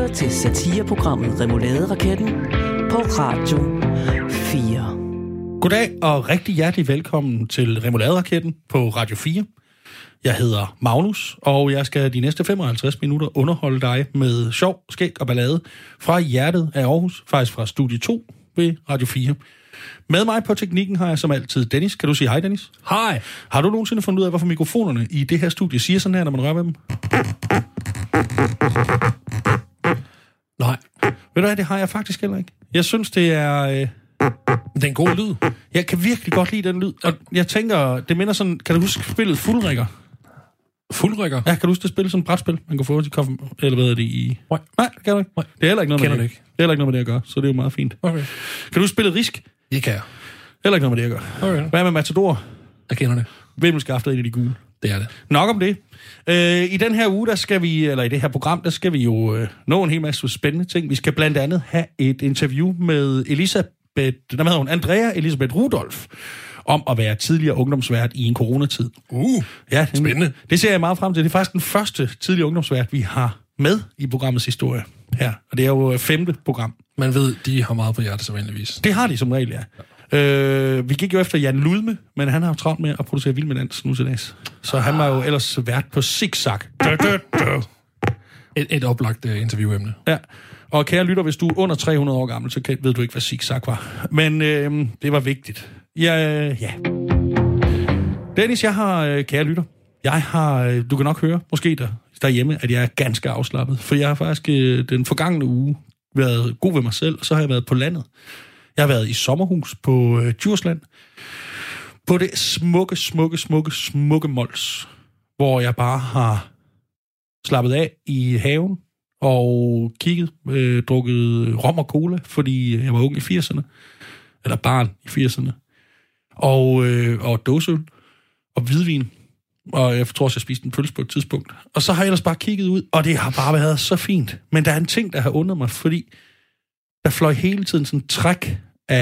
lytter til satireprogrammet Remouladeraketten på Radio 4. Goddag og rigtig hjertelig velkommen til Remouladeraketten på Radio 4. Jeg hedder Magnus, og jeg skal de næste 55 minutter underholde dig med sjov, skæg og ballade fra hjertet af Aarhus, faktisk fra Studie 2 ved Radio 4. Med mig på teknikken har jeg som altid Dennis. Kan du sige hej, Dennis? Hej. Har du nogensinde fundet ud af, hvorfor mikrofonerne i det her studie siger sådan her, når man rører ved dem? Nej. Ved du hvad, det har jeg faktisk heller ikke. Jeg synes, det er... Det er en god lyd. Jeg kan virkelig godt lide den lyd. Og jeg tænker, det minder sådan... Kan du huske spillet Fuldrigger? Fuldrigger? Ja, kan du huske det spil som brætspil? Man kan få til kaffe... Eller hvad er det i... Nej, det kan du ikke. Nej. Det er heller ikke noget med det. Det er heller ikke noget med det at gøre, så det er jo meget fint. Okay. Kan du huske spillet Risk? Det kan jeg. Heller ikke noget med det at gøre. Okay. Hvad med Matador? Jeg kender det. Vimmelskaftet en af de gule. Det er det. Nok om det. I den her uge, der skal vi, eller i det her program, der skal vi jo nå en hel masse spændende ting. Vi skal blandt andet have et interview med Andrea Elisabeth Rudolph om at være tidligere ungdomsvært i en coronatid. Ja, spændende. Det ser jeg meget frem til. Det er faktisk den første tidligere ungdomsvært, vi har med i programmets historie her. Og det er jo 5. program. Man ved, de har meget på hjertet, som vanligvis. Det har de som regel, ja. Vi gik jo efter Jan Ludme, men han har jo travlt med at producere Vild med Dans nu til dags. Så han var jo ellers vært på Zigzag. Et oplagt interviewemne. Ja, og kære lytter, hvis du er under 300 år gammel, så ved du ikke, hvad Zigzag var. Men det var vigtigt. Ja. Dennis, kære lytter, du kan nok høre, måske derhjemme, at jeg er ganske afslappet. For jeg har faktisk den forgangne uge været god ved mig selv, og så har jeg været på landet. Jeg har været i sommerhus på Djursland, på det smukke Mols, hvor jeg bare har slappet af i haven og kigget, drukket rom og cola, fordi jeg var ung i 80'erne, eller barn i 80'erne, og dåseøl og hvidvin, og jeg tror også, jeg spiste en pølse på et tidspunkt. Og så har jeg ellers bare kigget ud, og det har bare været så fint. Men der er en ting, der har undret mig, fordi der fløj hele tiden sådan en træk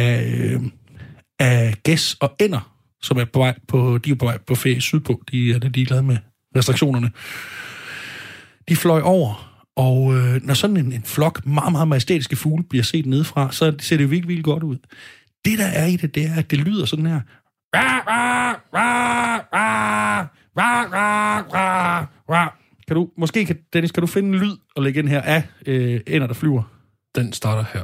af gæs og ænder, som er på vej på ferie sydpå. De er glade med restriktionerne. De fløj over, og når sådan en flok meget, meget majestætiske fugle bliver set nedefra, så ser det jo virkelig, virkelig godt ud. Det, der er i det, det er, at det lyder sådan her. Dennis, kan du finde en lyd og lægge ind her af ænder, der flyver? Den starter her.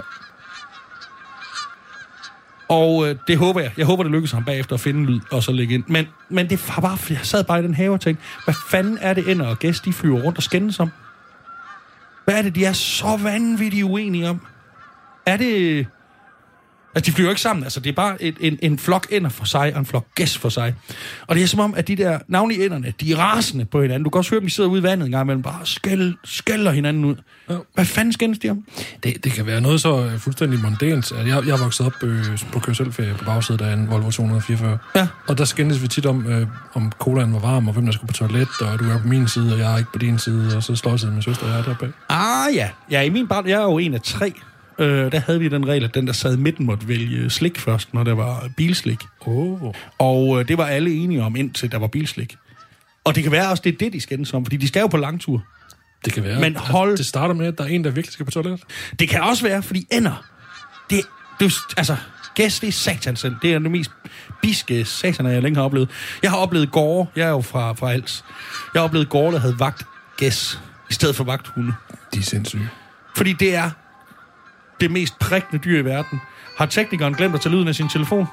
Og det håber jeg. Jeg håber, det lykkes ham bagefter at finde en lyd og så lægge ind. Men det var bare, jeg sad bare i den have og tænkte, hvad fanden er det ænder og gæs, de flyver rundt og skændes om? Hvad er det, de er så vanvittigt uenige om? Er det... Altså, de flyver ikke sammen. Altså, det er bare en flok ænder for sig, og en flok gæs for sig. Og det er som om, at de der navnlige ænderne, de er rasende på hinanden. Du kan også høre dem, de sidder ude i vandet en gang imellem, bare skælder hinanden ud. Ja. Hvad fanden skændes de om? Det kan være noget så fuldstændig mondænt. Jeg er vokset op på køreselferie på bagsædet af en Volvo 244. Ja. Og der skændes vi tit om colaen var varm, og hvem der skulle på toilet, og du er på min side, og jeg er ikke på din side, og så slår min søster, og jeg er derbag. Ja. Ja, i min barn, jeg er jo en af 3. Der havde vi den regel, at den, der sad i midten, måtte vælge slik først, når der var bilslik. Og det var alle enige om, indtil der var bilslik. Og det kan være også, det er det, de skændes om, fordi de skal jo på langtur. Det kan være. Men det starter med, at der er en, der virkelig skal på toilet. Det kan også være, fordi ender, gæs, det er satan selv. Det er det mest biske sataner, jeg længe har oplevet. Jeg har oplevet gårde, jeg er jo fra Als. Jeg har oplevet gårde, der havde vagt gæs, i stedet for vagthunde. De er sindssyge. Fordi det er det mest prikkende dyr i verden. Har teknikeren glemt at tage lyden af sin telefon?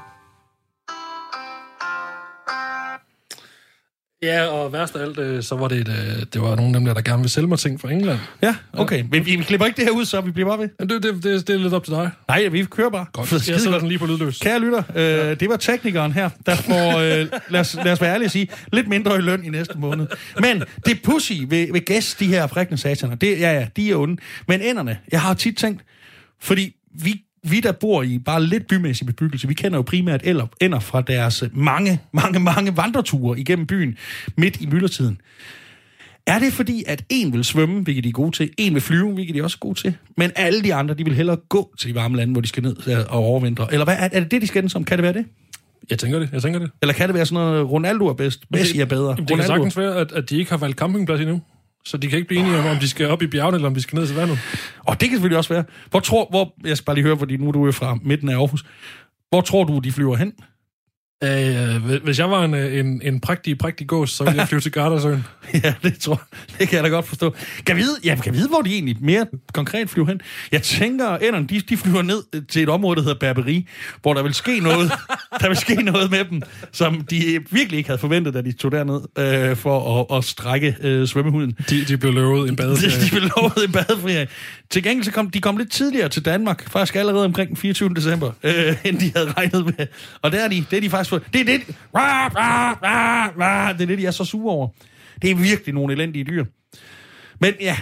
Ja, og værst af alt, så var det var nogle af dem, der gerne vil sælge mig ting fra England. Ja, okay. Men vi klipper ikke det her ud, så vi bliver bare ved. Det er lidt op til dig. Nej, vi kører bare. Godt. Jeg sætter den lige på lydløs. Kære lytter, det var teknikeren her, der får, lad os være ærlige og sige, lidt mindre i løn i næste måned. Men det pussy ved gæs, de her prikkende sataner, de er onde. Men ænderne, jeg har tit tænkt, fordi vi der bor i bare lidt bymæssig bebyggelse, vi kender jo primært ænder fra deres mange vandreture igennem byen midt i myldretiden. Er det fordi, at en vil svømme, hvilket de er gode til, en vil flyve, hvilket de er også gode til, men alle de andre, de vil hellere gå til de varme lande, hvor de skal ned og overvintre? Eller hvad er det, de skændes om? Kan det være det? Jeg tænker det. Eller kan det være sådan noget, Ronaldo er bedst, Messi er bedre? Det kan sagtens være, at de ikke har valgt campingplads endnu. Så de kan ikke blive enige om de skal op i bjergene, eller om de skal ned til vandet. Og det kan selvfølgelig også være. Jeg skal bare lige høre, fordi nu er du jo fra midten af Aarhus. Hvor tror du, de flyver hen? Hvis jeg var en prægtig gås, så ville jeg flyve til Gardasøen. Ja, det kan jeg da godt forstå. Kan vide, hvor de egentlig mere konkret flyver hen? Jeg tænker, ænderne, de flyver ned til et område, der hedder Berberi, hvor der vil ske noget, med dem, som de virkelig ikke havde forventet, da de tog derned for at strække svømmehuden. De blev lovet en badeferie. De blev lovet en badeferie. Til gengæld så kom de lidt tidligere til Danmark, faktisk allerede omkring den 24. december, end de havde regnet med. Og det er de faktisk fået. Det er det, de er så sure over. Det er virkelig nogle elendige dyr. Men ja,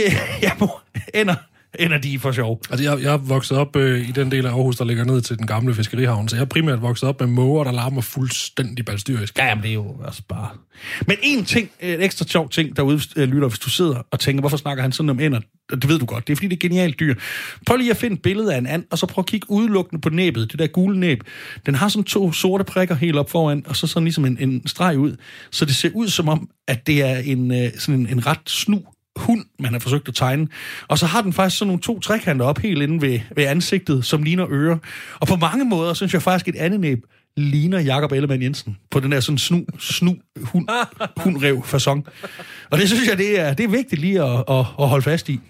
ender de for sjov. Altså, jeg er vokset op i den del af Aarhus, der ligger ned til den gamle fiskerihavn, så jeg er primært vokset op med måger, der larmer fuldstændig balstyrisk. Ja, men det er jo også bare... Men en ekstra sjov ting derude, lytter, hvis du sidder og tænker, hvorfor snakker han sådan om ænder? Det ved du godt, det er fordi, det er genialt dyr. Prøv lige at finde et billede af en and, og så prøv at kigge udelukkende på næbet, det der gule næb. Den har sådan 2 sorte prikker helt op foran, og så sådan ligesom en streg ud. Så det ser ud som om, at det er en ret snu hund, man har forsøgt at tegne. Og så har den faktisk sådan nogle 2 trekanter op helt inde ved ansigtet, som ligner ører. Og på mange måder, synes jeg faktisk, et andet næb ligner Jakob Ellemann-Jensen på den der sådan hundrev facon. Og det synes jeg, det er vigtigt lige at holde fast i.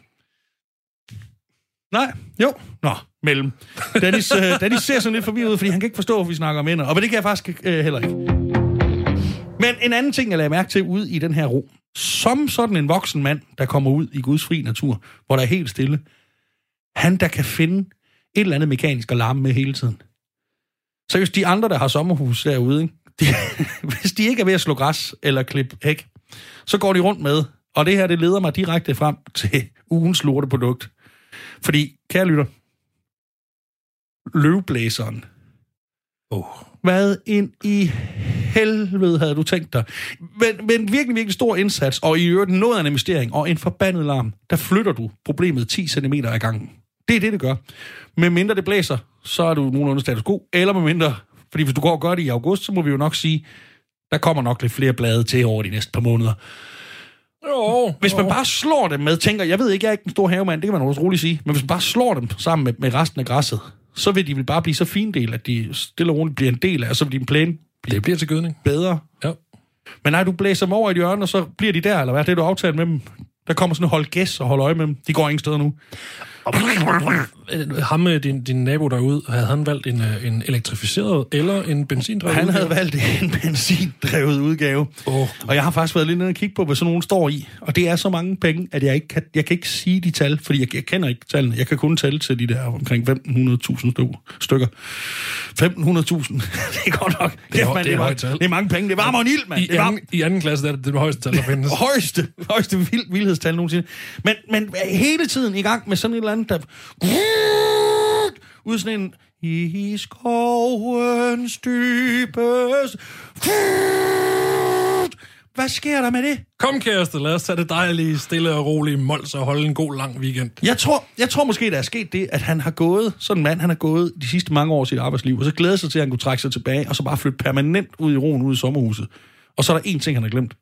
Nej, jo. Nå, mellem. Dennis ser sådan lidt forvirret ud, fordi han kan ikke forstå, at vi snakker om ender. Og det kan jeg faktisk heller ikke. Men en anden ting, jeg lagde mærke til ude i den her ro, som sådan en voksen mand, der kommer ud i Guds fri natur, hvor der er helt stille, han der kan finde et eller andet mekanisk og larme med hele tiden. Så hvis de andre, der har sommerhus derude, ikke? Hvis de ikke er ved at slå græs eller klippe hæk, så går de rundt med, og det her, det leder mig direkte frem til ugens lorteprodukt. Fordi, kære lytter, løvblæseren. Hvad ind i helvede havde du tænkt dig? Med en virkelig, virkelig stor indsats, og i øvrigt noget af en investering, og en forbandet larm, der flytter du problemet 10 cm ad gangen. Det er det gør. Med mindre det blæser, så er du nogenlunde status quo, eller med mindre, fordi hvis du går og gør det i august, så må vi jo nok sige, der kommer nok lidt flere blade til over de næste par måneder. Hvis man bare slår dem med, tænker, jeg ved ikke, jeg er ikke en stor havemand, det kan man også roligt sige, men hvis man bare slår dem sammen med resten af græsset, så vil de vel bare blive så findel, at de stille og roligt bliver en del af, og så vil din plæne bliver til gødning. Bedre. Ja. Men nej, du blæser dem over i hjørnet, og så bliver de der, eller hvad? Det er du aftalt med dem. Der kommer sådan en hold gæs og holde øje med dem. De går ingen steder nu. Ham med din nabo derude, havde han valgt en elektrificeret eller en benzindrevet udgave? Han havde valgt en benzindrevet udgave. Og jeg har faktisk været lidt nede og kigge på, hvad sådan nogen står i. Og det er så mange penge, at jeg kan ikke sige de tal, fordi jeg kender ikke tallene. Jeg kan kun tælle til de der omkring 1.500.000 stykker. 500.000. Det er godt nok. Det er mange penge. Det varmer en ild, mand. I anden klasse er det højeste tal, der findes. højeste vildhedstal nogensinde. Men hele tiden i gang med sådan et eller andet, der ud sådan en i skovens dybeste. Hvad sker der med det? Kom, kæreste, lad os tage det dejlige, stille og rolige mols og holde en god, lang weekend. Jeg tror måske, der er sket det, at han har gået, sådan en mand, han har gået de sidste mange år af sit arbejdsliv, og så glæder sig til, at han kunne trække sig tilbage, og så bare flytte permanent ud i roen, ud i sommerhuset. Og så er der én ting, han har glemt.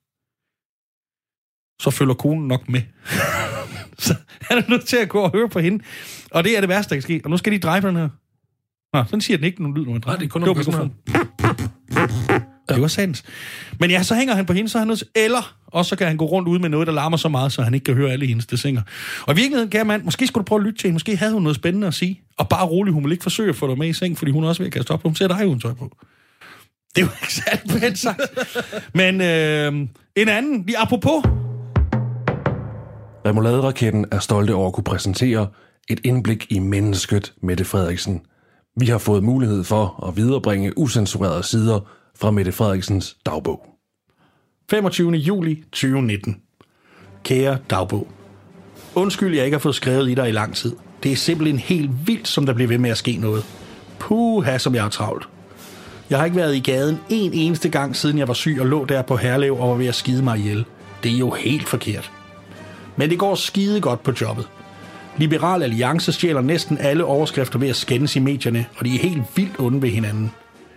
Så følger konen nok med. Så han er nødt til at gå og høre på hende. Og det er det værste, der kan ske. Og nu skal de dreje på den her. Nå, sådan siger den ikke nogen lyd, når man drejer. Nej, det er kun noget mikrofon. Det var sandt. Men ja, så hænger han på hende, så er han nødt til, eller også så kan han gå rundt ud med noget, der larmer så meget, så han ikke kan høre alle hendes desinger. Og i virkeligheden, kære mand, måske skulle du prøve at lytte til hende. Måske havde hun noget spændende at sige. Og bare roligt, hun vil ikke forsøge at få dig med i seng, fordi hun er også ved at kaste op. Hun ser dig uden tøj på. Det er jo ikke særlig pænt sagt. Men en anden, lige apropos. Remoulade-raketten er stolte over at kunne præsentere et indblik i mennesket Mette Frederiksen. Vi har fået mulighed for at viderebringe usensurerede sider fra Mette Frederiksens dagbog. 25. juli 2019. Kære dagbog. Undskyld, jeg ikke har fået skrevet i dig i lang tid. Det er simpelthen helt vildt, som der bliver ved med at ske noget. Puha, som jeg har travlt. Jeg har ikke været i gaden en eneste gang, siden jeg var syg og lå der på Herlev og var ved at skide mig ihjel. Det er jo helt forkert. Men det går skide godt på jobbet. Liberal Alliance stjæler næsten alle overskrifter ved at skændes i medierne, og de er helt vildt onde ved hinanden.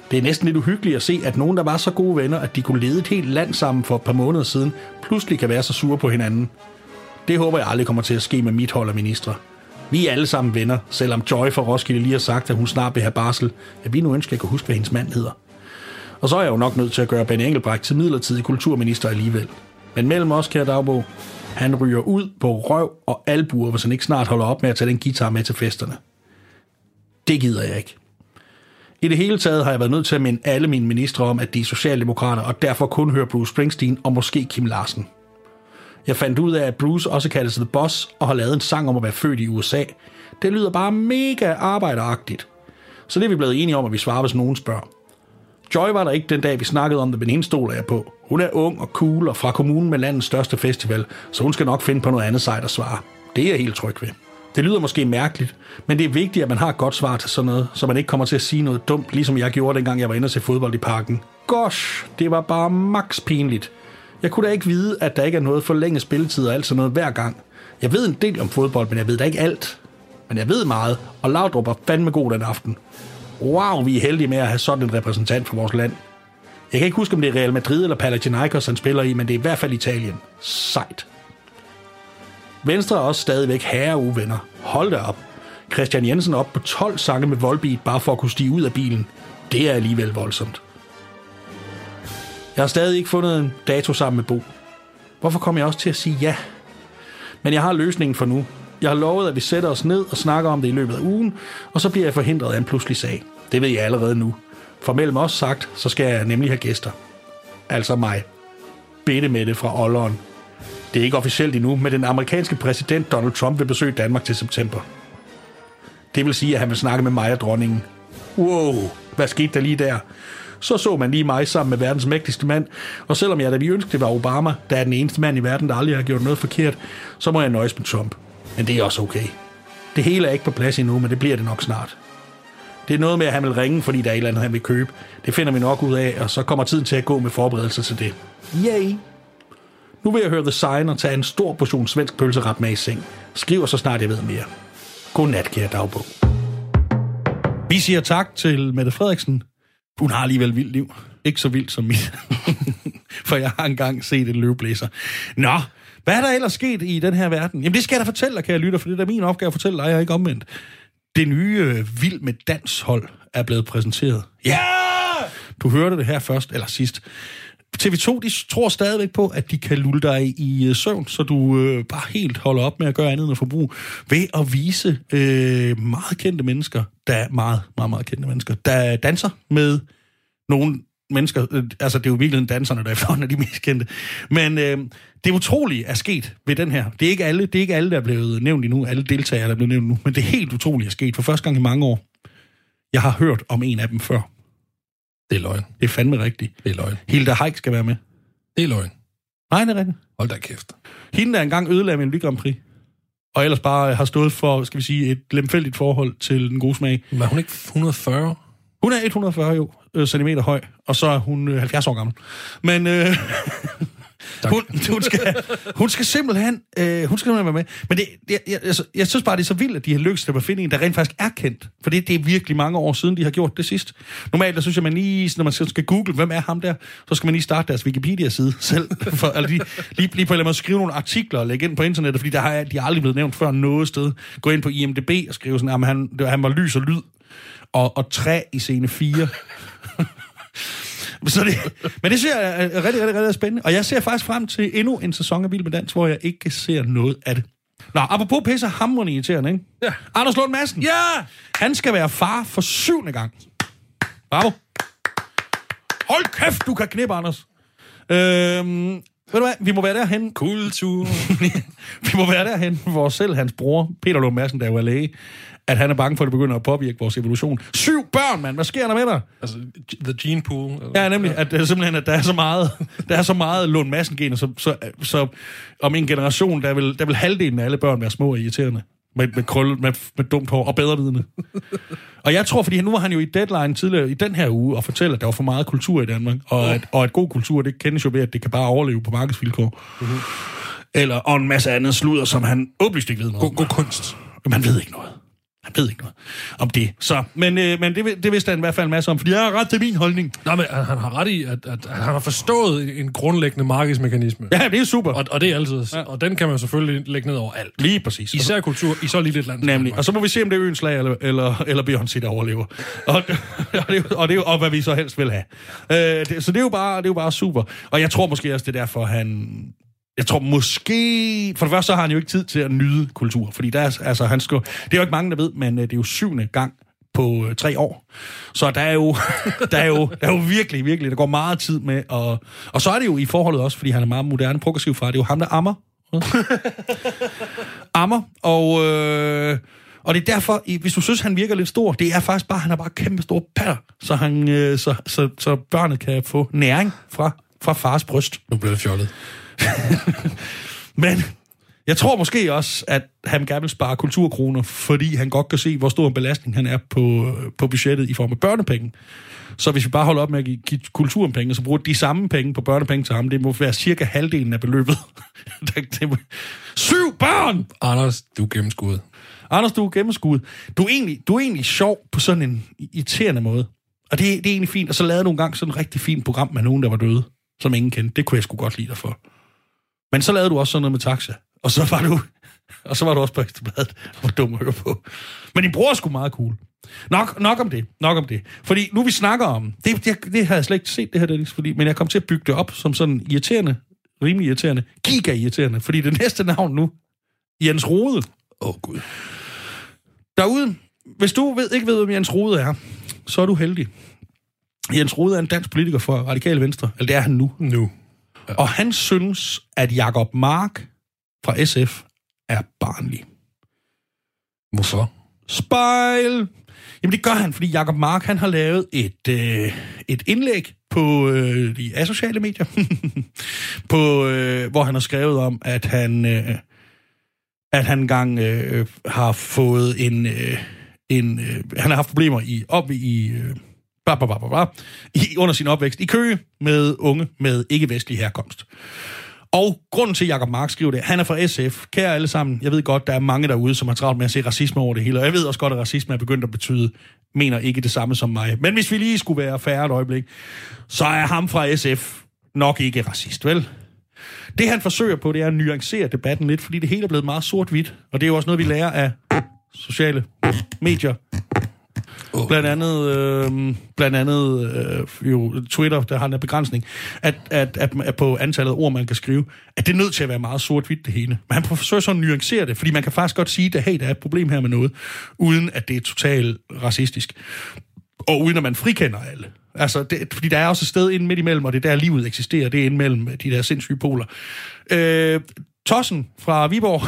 Det er næsten lidt uhyggeligt at se, at nogen, der var så gode venner, at de kunne lede et helt land sammen for et par måneder siden, pludselig kan være så sure på hinanden. Det håber jeg aldrig kommer til at ske med mit hold af ministre. Vi er alle sammen venner, selvom Joy fra Roskilde lige har sagt, at hun snart vil have barsel. Jeg vil nu ønske, at jeg kan huske, hvad hendes mand hedder. Og så er jeg jo nok nødt til at gøre Benny Engelbrecht til midlertidig kulturminister alligevel. Men mellem os, kære dagbog, han ryger ud på røv og albuer, hvis han ikke snart holder op med at tage den guitar med til festerne. Det gider jeg ikke. I det hele taget har jeg været nødt til at minde alle mine ministre om, at de er socialdemokrater, og derfor kun hører Bruce Springsteen og måske Kim Larsen. Jeg fandt ud af, at Bruce også kalder sig The Boss og har lavet en sang om at være født i USA. Det lyder bare mega arbejderagtigt. Så det er vi blevet enige om, at vi svarer, hvis nogen spørger. Joy var der ikke den dag, vi snakkede om det, men hende stoler jeg på. Hun er ung og cool og fra kommunen med landets største festival, så hun skal nok finde på noget andet sejt at svare. Det er jeg helt tryg ved. Det lyder måske mærkeligt, men det er vigtigt, at man har et godt svar til sådan noget, så man ikke kommer til at sige noget dumt, ligesom jeg gjorde, dengang jeg var inde og se fodbold i parken. Gosh, det var bare max pinligt. Jeg kunne da ikke vide, at der ikke er noget forlænget spilletid og alt sådan noget hver gang. Jeg ved en del om fodbold, men jeg ved da ikke alt. Men jeg ved meget, og Laudrup var fandme god den aften. Wow, vi er heldige med at have sådan en repræsentant for vores land. Jeg kan ikke huske, om det er Real Madrid eller Panathinaikos, han spiller i, men det er i hvert fald Italien. Sejt. Venstre er også stadigvæk herreuvenner. Hold da op. Christian Jensen op på 12 sange med Volbeat, bare for at kunne stige ud af bilen. Det er alligevel voldsomt. Jeg har stadig ikke fundet en dato sammen med Bo. Hvorfor kom jeg også til at sige ja? Men jeg har løsningen for nu. Jeg har lovet, at vi sætter os ned og snakker om det i løbet af ugen, og så bliver jeg forhindret af en pludselig sag. Det ved jeg allerede nu. For mellem os sagt, så skal jeg nemlig have gæster. Altså mig. Bitte Mette fra Olderen. Det er ikke officielt endnu, men den amerikanske præsident Donald Trump vil besøge Danmark til september. Det vil sige, at han vil snakke med mig og dronningen. Wow, hvad skete der lige der? Så man lige mig sammen med verdens mægtigste mand, og selvom jeg da vi ønskede, det var Obama, der er den eneste mand i verden, der aldrig har gjort noget forkert, så må jeg nøjes med Trump. Men det er også okay. Det hele er ikke på plads endnu, men det bliver det nok snart. Det er noget med, at han vil ringe, fordi der er et eller andet, han vil købe. Det finder vi nok ud af, og så kommer tiden til at gå med forberedelser til det. Yay! Nu vil jeg høre The Sign og tage en stor portion svensk pølseret med i seng. Skriver så snart jeg ved mere. Godnat, kære dagbog. Vi siger tak til Mette Frederiksen. Hun har alligevel vildt liv. Ikke så vildt som mit. For jeg har engang set en løveblæser. Nå, hvad er der ellers sket i den her verden? Jamen det skal jeg da fortælle dig, kære lytter, for det er min opgave at fortælle dig, jeg er ikke omvendt. Det nye Vild med Danshold er blevet præsenteret. Ja! Du hørte det her først, eller sidst. TV2, de tror stadigvæk på, at de kan lulle dig i søvn, så du bare helt holder op med at gøre andet end at forbrug, ved at vise meget kendte mennesker, meget kendte mennesker, der danser med nogle mennesker. Altså, det er jo virkelig danserne, der efterhånden er de mest kendte. Men det utrolige er sket ved den her. Det er ikke alle, der er blevet nævnt endnu, alle deltagere, der er blevet nævnt endnu, men det helt utrolige er sket for første gang i mange år. Jeg har hørt om en af dem før. Det er løgn. Det er fandme rigtigt. Det er løgn. Hilda Heick skal være med. Det er løgn. Nej, det er rigtigt. Hold da kæft. Hende, der engang ødelagde Melodi Grand Prix, og ellers bare har stået for, skal vi sige, et lemfældigt forhold til den gode smag. Men er hun ikke 140? Hun er 140 centimeter høj, og så er hun 70 år gammel. Men hun skal simpelthen være med. Men jeg synes bare, det er så vildt, at de har lykkes at finde en, der rent faktisk er kendt. For det er virkelig mange år siden, de har gjort det sidst. Normalt, der synes jeg, man lige, når man skal google, hvem er ham der, så skal man lige starte deres Wikipedia-side selv. Eller lige på en eller anden måde skrive nogle artikler og lægge ind på internettet, fordi de er aldrig blevet nævnt før noget sted. Gå ind på IMDb og skrive sådan, at han var lys og lyd. Og træ i scene 4. Men det synes jeg er rigtig spændende. Og jeg ser faktisk frem til endnu en sæson af Vild med Dans, hvor jeg ikke ser noget af det. Nå, apropos pisser hamrende irriterende, ikke? Ja. Anders Lund Madsen. Ja! Han skal være far for 7. gang. Bravo. Hold kæft, du kan knippe, Anders. Ved du hvad? Vi må være derhen. Kultur. Vi må være derhen, hvor selv hans bror, Peter Lund Madsen, der jo er læge, at han er bange for, at det begynder at påvirke vores evolution. 7 børn, mand! Hvad sker der med dig? Altså, the gene pool? Eller? Ja, nemlig, at simpelthen, at der er så meget Lund Madsen-gener, så om en generation, der vil halvdelen af alle børn være små og irriterende. Med krølle, med dumt hår og bedrevidende. Og jeg tror, fordi nu var han jo i Deadline tidligere i den her uge og fortæller, at der var for meget kultur i Danmark. Og at god kultur, det kendes jo ved, at det kan bare overleve på markedsvilkår. Mm-hmm. Og en masse andet sludder, som han åbenlyst ikke ved noget om. God kunst. Man ved ikke noget. Han ved ikke noget om det. Så, men det vidste han i hvert fald en masse om, fordi jeg har ret til min holdning. Nej, men han har ret i, at han har forstået en grundlæggende markedsmekanisme. Ja, det er super. Og det er altid. Ja. Og den kan man selvfølgelig lægge ned over alt. Lige præcis. Især kultur i så lille et land. Nemlig. Og så må vi se, om det er Øens Lag eller Beyoncé, der overlever. Og hvad vi så helst vil have. Så det er jo bare super. Og jeg tror måske også, det er derfor, jeg tror måske... For det første, så har han jo ikke tid til at nyde kultur. Fordi det er jo ikke mange, der ved, men det er jo 7. gang på 3 år. Så der er jo virkelig, virkelig... Der går meget tid med. Og så er det jo i forholdet også, fordi han er meget moderne, progressiv far. Det er jo ham, der ammer. Og det er derfor, hvis du synes, han virker lidt stor, det er faktisk bare, han har bare kæmpe store patter, så børnet kan få næring fra fars bryst. Nu bliver det fjollet. Men jeg tror måske også, at han gerne vil spare kulturkroner, fordi han godt kan se, hvor stor en belastning han er på budgettet i form af børnepenge. Så hvis vi bare holder op med at give kulturen penge, så bruger de samme penge på børnepenge til ham, det må være cirka halvdelen af beløbet. 7 børn! Anders, du er gennemskuddet. Du er egentlig sjov på sådan en irriterende måde. Og det er egentlig fint. Og så lavede nogle gange sådan et rigtig fint program med nogen, der var døde, som ingen kendte. Det kunne jeg sgu godt lide dig for. Men så lavede du også sådan noget med taxa. Og så var du også på Ekstrabladet. Hvor dum at høre på. Men din bror er sgu meget cool. Nok om det. Fordi nu vi snakker om... Det har jeg slet ikke set, det her, Dennis. Men jeg kom til at bygge det op som sådan irriterende, rimelig irriterende, giga-irriterende. Fordi det næste navn nu, Jens Rohde. Gud. Derude, hvis du ikke ved, hvem Jens Rohde er, så er du heldig. Jens Rohde er en dansk politiker for Radikale Venstre. Eller det er han nu. Ja. Og han synes, at Jacob Mark fra SF er barnlig. Hvorfor? Spejl! Jamen det gør han, fordi Jacob Mark, han har lavet et indlæg på de asociale medier, hvor han har skrevet om, at han engang har fået han har haft problemer under sin opvækst i Køge med unge med ikke-vestlig herkomst. Og grunden til, at Jacob Mark skriver det, han er fra SF. Kære alle sammen, jeg ved godt, der er mange derude, som har travlt med at se racisme over det hele, og jeg ved også godt, at racisme er begyndt at betyde, mener ikke det samme som mig. Men hvis vi lige skulle være færre et øjeblik, så er ham fra SF nok ikke racist, vel? Det han forsøger på, det er at nuancere debatten lidt, fordi det hele er blevet meget sort-hvidt, og det er jo også noget, vi lærer af sociale medier. Blandt andet jo Twitter, der har en begrænsning, at på antallet af ord, man kan skrive, at det er nødt til at være meget sort-hvidt det hele. Men han forsøger sådan at nuancere det, fordi man kan faktisk godt sige, at hey, der er et problem her med noget, uden at det er totalt racistisk. Og uden at man frikender alle. Altså, fordi der er også et sted inde midt imellem, og det er der livet eksisterer, det er inde mellem de der sindssyge poler. Tossen fra Viborg...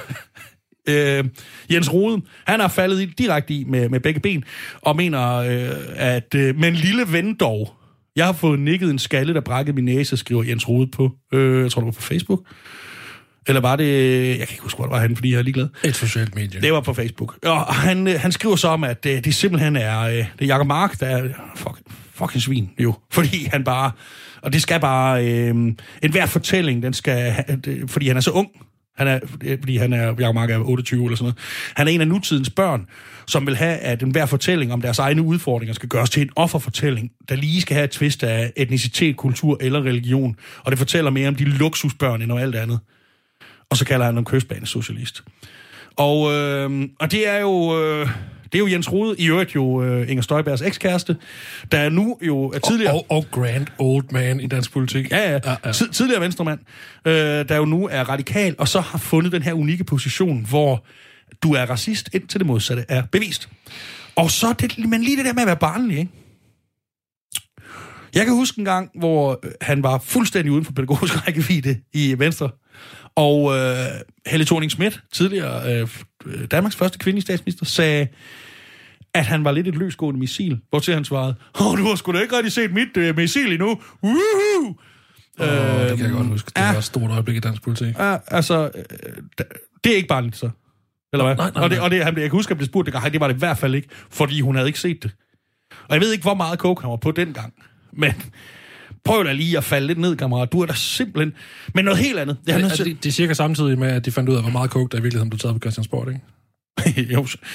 Jens Rohde, han har faldet direkte i med begge ben, og mener, at med en lille ven dog, jeg har fået nikket en skalle, der brækkede min næse, skriver Jens Rohde på, jeg tror det var på Facebook, eller var det, jeg kan ikke huske, hvor det var han, fordi jeg er ligeglad. Et socialt medie. Det var på Facebook. Og han skriver så om, at det simpelthen er, det er Jacob Mark, der er fucking svin, jo, fordi han bare, og det skal bare, enhver fortælling, den skal, fordi han er så ung, Jacob Mark er 28 eller sådan noget. Han er en af nutidens børn, som vil have, at enhver fortælling om deres egne udfordringer skal gøres til en offerfortælling, der lige skal have et twist af etnicitet, kultur eller religion. Og det fortæller mere om de luksusbørn end om alt andet. Og så kalder han dem kystbanesocialist. Og det er jo Jens Rohde, i øvrigt jo Inger Støjbergs ekskæreste, der nu jo er tidligere... Og grand old man i dansk politik. Ja. Tidligere venstremand, der jo nu er radikal, og så har fundet den her unikke position, hvor du er racist, indtil det modsatte er bevist. Og så men lige det der med at være barnlig, ikke? Jeg kan huske en gang, hvor han var fuldstændig uden for pædagogisk rækkevidde i Venstre, og Helle Thorning-Schmidt, tidligere Danmarks første kvindelige statsminister, sagde, at han var lidt et løsgående missil, hvortil han svarede, du har sgu da ikke rigtig set mit missil endnu. Woohoo! Det kan jeg godt huske. Det var et stort øjeblik i dansk politik. Det er ikke bare lidt så. Eller hvad? Nej. Og det, jeg kan huske, at blev spurgt, det var det i hvert fald ikke, fordi hun havde ikke set det. Og jeg ved ikke, hvor meget coke han var på dengang, men... Prøv da lige at falde lidt ned, kammerat. Du er da simpelthen... Men noget helt andet. Det er cirka samtidig med, at de fandt ud af, hvor meget coke der i virkeligheden blev taget på Christiansborg, ikke? Jo.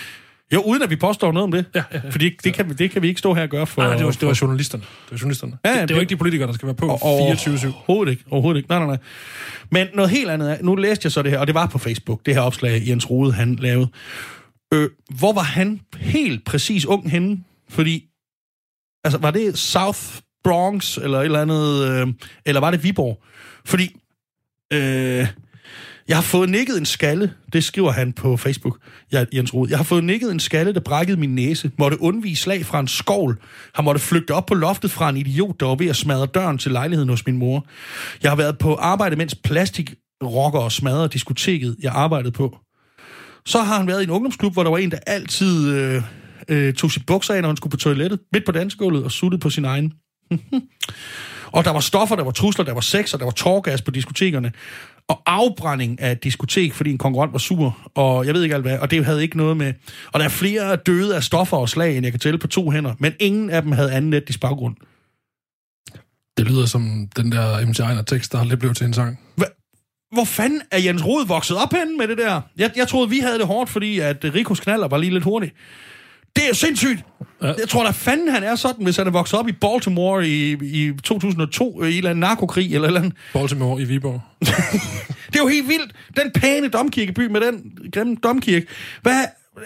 Jo, uden at vi påstår noget om det. Ja. Fordi det kan vi ikke stå her og gøre for... Nej, det var journalisterne. Ja, det er jo ikke de politikere, der skal være på 24/7. Overhovedet ikke. Nej. Men noget helt andet er, nu læste jeg så det her, og det var på Facebook, det her opslag, Jens Rohde, han lavede. Hvor var han helt præcis ung henne? Fordi, altså, var det South Bronx, eller et eller andet, eller var det Viborg? Fordi, jeg har fået nikket en skalle, det skriver han på Facebook, Jens Rohde. Jeg har fået nikket en skalle, der brækkede min næse, måtte undvige slag fra en skovl. Han måtte flygte op på loftet fra en idiot, der var ved at smadre døren til lejligheden hos min mor. Jeg har været på arbejde, mens plastikrokker og smadrede diskoteket, jeg arbejdede på. Så har han været i en ungdomsklub, hvor der var en, der altid tog sit bukser af, når han skulle på toilettet, midt på dansegulvet og suttede på sin egen. Og der var stoffer, der var trusler, der var sex, og der var tårgas på diskotekerne. Og afbrænding af et diskotek, fordi en konkurrent var sur, og jeg ved ikke alt hvad, og det havde ikke noget med... Og der er flere døde af stoffer og slag, end jeg kan tælle på 2 hænder, men ingen af dem havde anden etnisk baggrund. Det lyder som den der MC Ejner-tekst, der aldrig blev til en sang. Hvor fanden er Jens Rohde vokset op henne med det der? Jeg troede, vi havde det hårdt, fordi at Rikos knaller var lige lidt hurtigt. Det er sindssygt! Ja. Jeg tror da fanden, han er sådan, hvis han er vokset op i Baltimore i 2002, i en eller anden narkokrig, eller andet. Baltimore i Viborg. Det er jo helt vildt. Den pæne domkirkeby med den grimme domkirke. Hvad?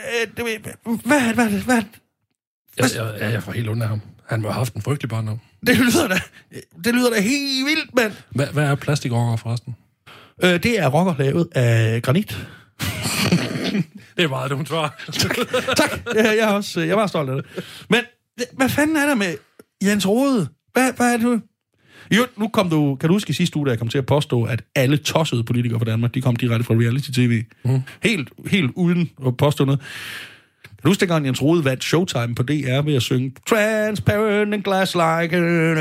Jeg får helt ondt af ham. Han må have haft en frygtelig barndom. Det lyder da helt vildt, mand. Hvad er plastikrokker forresten? Det er rokker lavet af granit. Det er meget dumt svar. Tak. Jeg er meget stolt af det. Men hvad fanden er der med Jens Rohde? Hvad er det nu? Jo, nu kom du... Kan du huske i sidste uge, da jeg kom til at påstå, at alle tossede politikere fra Danmark, de kom direkte fra reality-tv. Helt uden at påstå noget. Kan du huske, dengang Jens Rohde vandt Showtime på DR ved at synge Transparent and glass-like...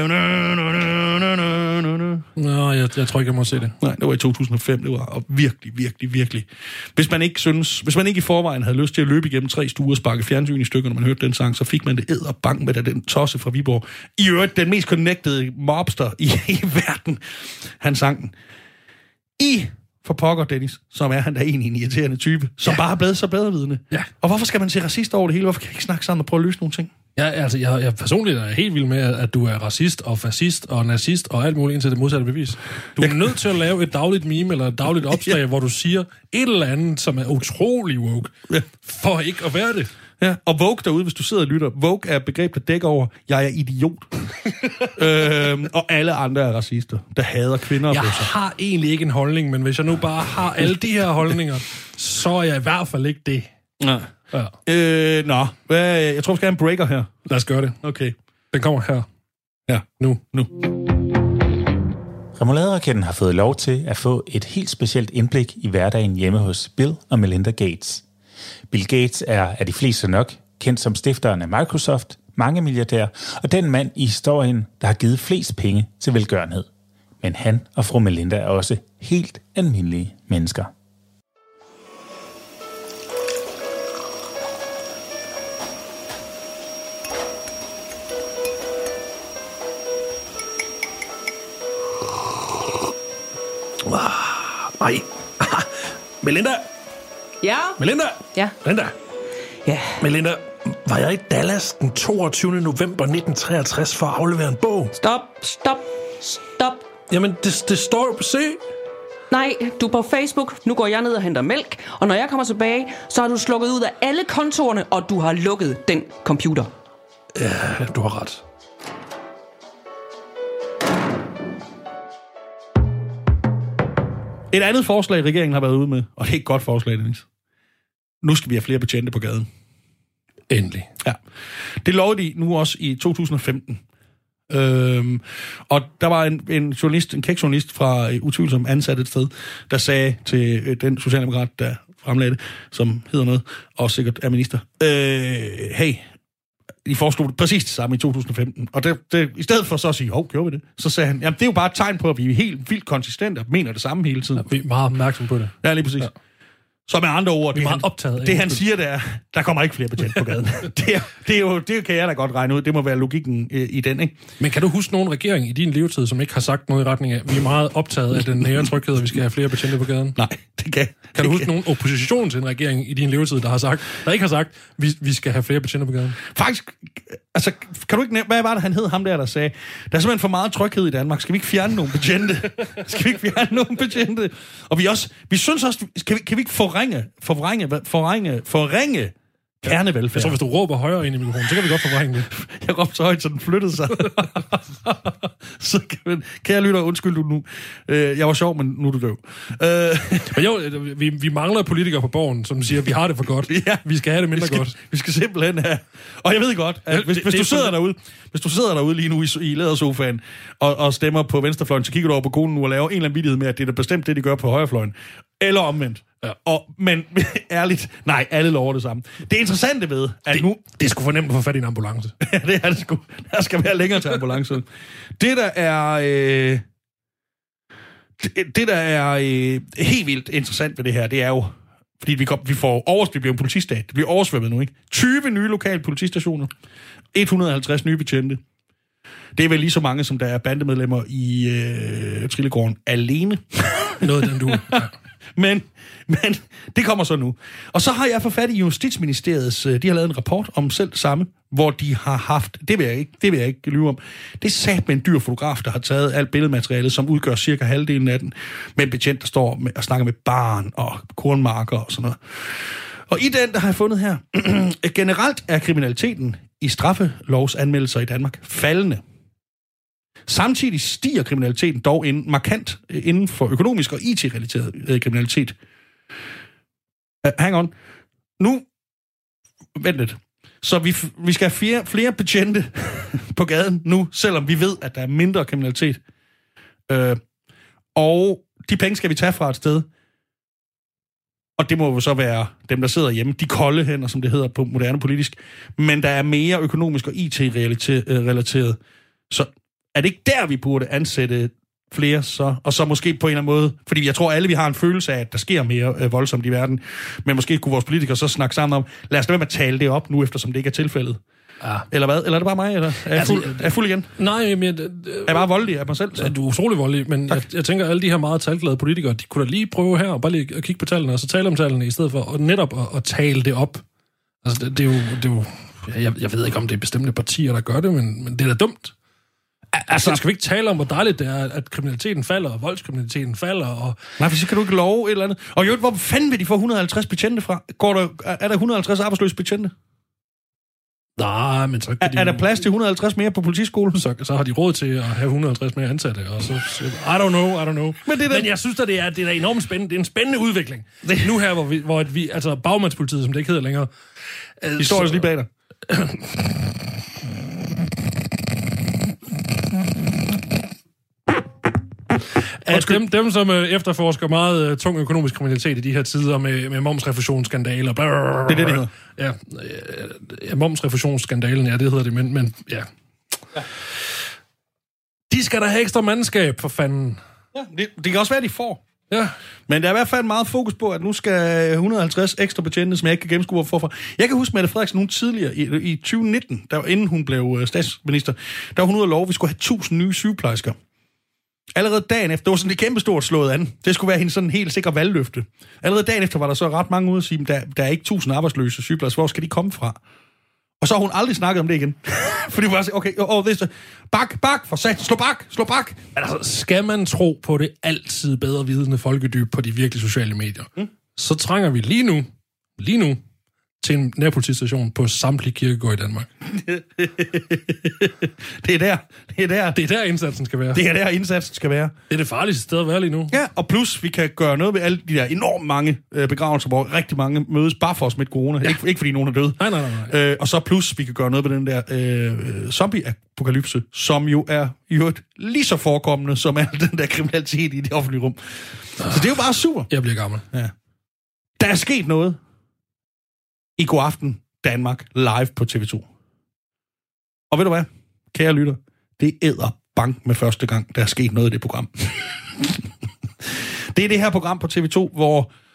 Nå, jeg tror ikke, jeg må se det. Nej, det var i 2005. Det var virkelig. Hvis man ikke i forvejen havde lyst til at løbe igennem 3 stuer og sparke fjernsyn i stykker, når man hørte den sang, så fik man det edderbank med den tosse fra Viborg. I øvrigt, den mest connected mobster i verden. Han sang den. For pokker, Dennis, som er han der en irriterende type, som bare er blevet så bedrevidende. Ja. Og hvorfor skal man se racist over det hele? Hvorfor kan vi ikke snakke sammen og prøve at løse nogle ting? Ja, altså, jeg personligt er helt vild med, at du er racist og fascist og nazist og alt muligt indtil det modsatte bevis. Du er nødt til at lave et dagligt meme eller et dagligt opslag, hvor du siger et eller andet, som er utrolig woke, for ikke at være det. Ja, og woke derude, hvis du sidder og lytter. Woke er et begreb, der dækker over, jeg er idiot. Og alle andre er racister, der hader kvinder. Jeg har egentlig ikke en holdning, men hvis jeg nu bare har alle de her holdninger, så er jeg i hvert fald ikke det. Nej. Ja. Jeg tror, vi skal have en breaker her. Lad os gøre det. Okay. Den kommer her. Ja, nu. Remouladeraketten har fået lov til at få et helt specielt indblik i hverdagen hjemme hos Bill og Melinda Gates. Bill Gates er af de fleste nok kendt som stifteren af Microsoft, mange milliardær, og den mand i historien, der har givet flest penge til velgørenhed. Men han og fru Melinda er også helt almindelige mennesker. Nej. Melinda? Ja? Melinda? Ja? Melinda? Ja? Melinda, var jeg i Dallas den 22. november 1963 for at aflevere en bog? Stop. Jamen, det står jo på se. Nej, du er på Facebook. Nu går jeg ned og henter mælk. Og når jeg kommer tilbage, så har du slukket ud af alle kontorerne, og du har lukket den computer. Ja, du har ret. Et andet forslag, regeringen har været ude med, og det er et godt forslag, Dennis. Nu skal vi have flere betjente på gaden. Endelig. Ja. Det lovede de nu også i 2015. Og der var en journalist, en kækjournalist fra utvivlsomt ansat et sted, der sagde til den socialdemokrat, der fremlagde det, som hedder noget, og sikkert er minister, hey, I foreslog præcis det samme i 2015. Og det, i stedet for så at sige, gjorde vi det? Så sagde han, jamen det er jo bare et tegn på, at vi er helt vildt konsistente og mener det samme hele tiden. Ja, vi er meget opmærksom på det. Ja, lige præcis. Ja. Så med andre ord, Vi er meget optaget af det han siger, der kommer ikke flere betjente på gaden. det kan jeg da godt regne ud. Det må være logikken i den, ikke? Men kan du huske nogen regering i din levetid, som ikke har sagt noget i retning af, vi er meget optaget af den nære tryghed, og vi skal have flere betjente på gaden? Nej, det kan. Kan du huske nogen opposition til en regering i din levetid, der ikke har sagt, vi skal have flere betjente på gaden? Faktisk, altså, kan du ikke hvad var det, han hed, ham der sagde, der er simpelthen for meget tryghed i Danmark. Skal vi ikke fjerne nogle betjente? Og vi synes også, kan vi ikke forringe kernevelfærd? Jeg tror, hvis du råber højere ind i mikrofonen, så kan vi godt forvrænge det. Jeg råbte så højt, så den flyttede sig. Så kan jeg lytte, undskyld du nu. Jeg var sjov, men nu er du døv. Men jo, vi mangler politikere på borgen, som siger, vi har det for godt. Ja, vi skal have det mindre godt. Vi skal simpelthen have... Og jeg ved godt, at hvis du sidder derude lige nu i lædersofaen og stemmer på venstrefløjen, så kigger du over på konen nu og laver en eller anden vittighed med, at det er da bestemt det, de gør på højrefløjen. Eller omvendt. Ja. Men ærligt, nej, alle lover det samme. Det interessante ved, at nu... Det er sgu for nemt at få fat i en ambulance. Ja, det er det sgu. Der skal være længere til ambulance. Det, der er helt vildt interessant ved det her, det er jo, fordi vi bliver en politistat. Det bliver oversvømmet nu, ikke? 20 nye lokale politistationer. 150 nye betjente. Det er vel lige så mange, som der er bandemedlemmer i Trillegården alene. Noget den du... Ja. Men det kommer så nu. Og så har jeg fået fat i Justitsministeriets, de har lavet en rapport om selv det samme, hvor de har haft, det vil jeg ikke lyve om, det er sat med en dyr fotograf, der har taget alt billedmaterialet, som udgør cirka halvdelen af den, med en betjent, der står og snakker med barn og kornmarker og sådan noget. Og i den, der har jeg fundet her, generelt er kriminaliteten i straffelovsanmeldelser i Danmark faldende. Samtidig stiger kriminaliteten dog markant inden for økonomisk og IT-relateret kriminalitet. Hang on. Nu, vent lidt. Så vi skal have flere betjente på gaden nu, selvom vi ved, at der er mindre kriminalitet. Og de penge skal vi tage fra et sted. Og det må jo så være dem, der sidder hjemme. De kolde hænder, som det hedder på moderne politisk. Men der er mere økonomisk og IT-relateret. Så er det ikke der, vi burde ansætte flere så? Og så måske på en eller anden måde, fordi jeg tror alle, vi har en følelse af, at der sker mere voldsomt i verden, men måske kunne vores politikere så snakke sammen om, lad os da være med at tale det op nu, eftersom det ikke er tilfældet. Ja. Eller hvad? Eller er det bare mig? Eller er jeg fuld igen? Nej, men... er jeg bare voldelig af mig selv? Så? Ja, du er utrolig voldelig, men jeg tænker, at alle de her meget talglade politikere, de kunne da lige prøve her, og bare lige at kigge på tallene, og så tale om tallene, i stedet for og netop at tale det op. Altså, det er jo jeg ved ikke, om det er bestemte partier, der gør det, men det er da dumt. Altså, skal vi ikke tale om, hvor dejligt det er, at kriminaliteten falder, og voldskriminaliteten falder, og... Nej, for så kan du ikke love et eller andet. Og jo, hvor fanden vil de få 150 betjente fra? Er der 150 arbejdsløse betjente? Nej, men så kan er der plads til 150 mere på politiskolen? Så har de råd til at have 150 mere ansatte, og så... I don't know. Men jeg synes, at det er enormt spændende. Det er en spændende udvikling. Nu her, hvor vi altså bagmandspolitiet, som det ikke hedder længere... De står også lige bag dig. At dem som efterforsker meget tung økonomisk kriminalitet i de her tider med momsrefusionsskandaler. Det er det hedder. Ja, momsrefusionsskandalen, ja, det hedder det, men ja. De skal da have ekstra mandskab, for fanden. Ja, det kan også være, de får. Ja. Men der er i hvert fald meget fokus på, at nu skal 150 ekstra betjente, som jeg ikke kan gennemskue hvorfor. Jeg kan huske Mette Frederiksen nu tidligere, i 2019, inden hun blev statsminister, der var hun ude at love, at vi skulle have 1000 nye sygeplejersker. Allerede dagen efter, det var sådan et kæmpestort slået an. Det skulle være hendes sådan helt sikker valgløfte. Allerede dagen efter var der så ret mange ude at sige, der er ikke 1000 arbejdsløse sygeplejersker. Hvor skal de komme fra? Og så har hun aldrig snakket om det igen. Fordi hun bare siger, okay, det er bak, for sat, slå bak. Altså, skal man tro på det altid bedre vidende folkedyb på de virkelige sociale medier, så trænger vi lige nu, til en nærpolitistation på samtlige kirkegård i Danmark. Det er der indsatsen skal være. Det er der indsatsen skal være. Det er det farligste sted at være lige nu. Ja, og plus vi kan gøre noget ved alle de der enormt mange begravelser, hvor rigtig mange mødes bare for at smitte corona. Ja. Ikke fordi nogen er døde. Nej. Og så plus vi kan gøre noget ved den der zombie-apokalypse, som jo er lige så forekommende som al den der kriminalitet i det offentlige rum. Så det er jo bare super. Jeg bliver gammel. Ja. Der er sket noget i God Aften Danmark live på TV2. Og ved du hvad, kære lytter, det æder bank med første gang, der er sket noget i det program. Det er det her program på TV2, hvor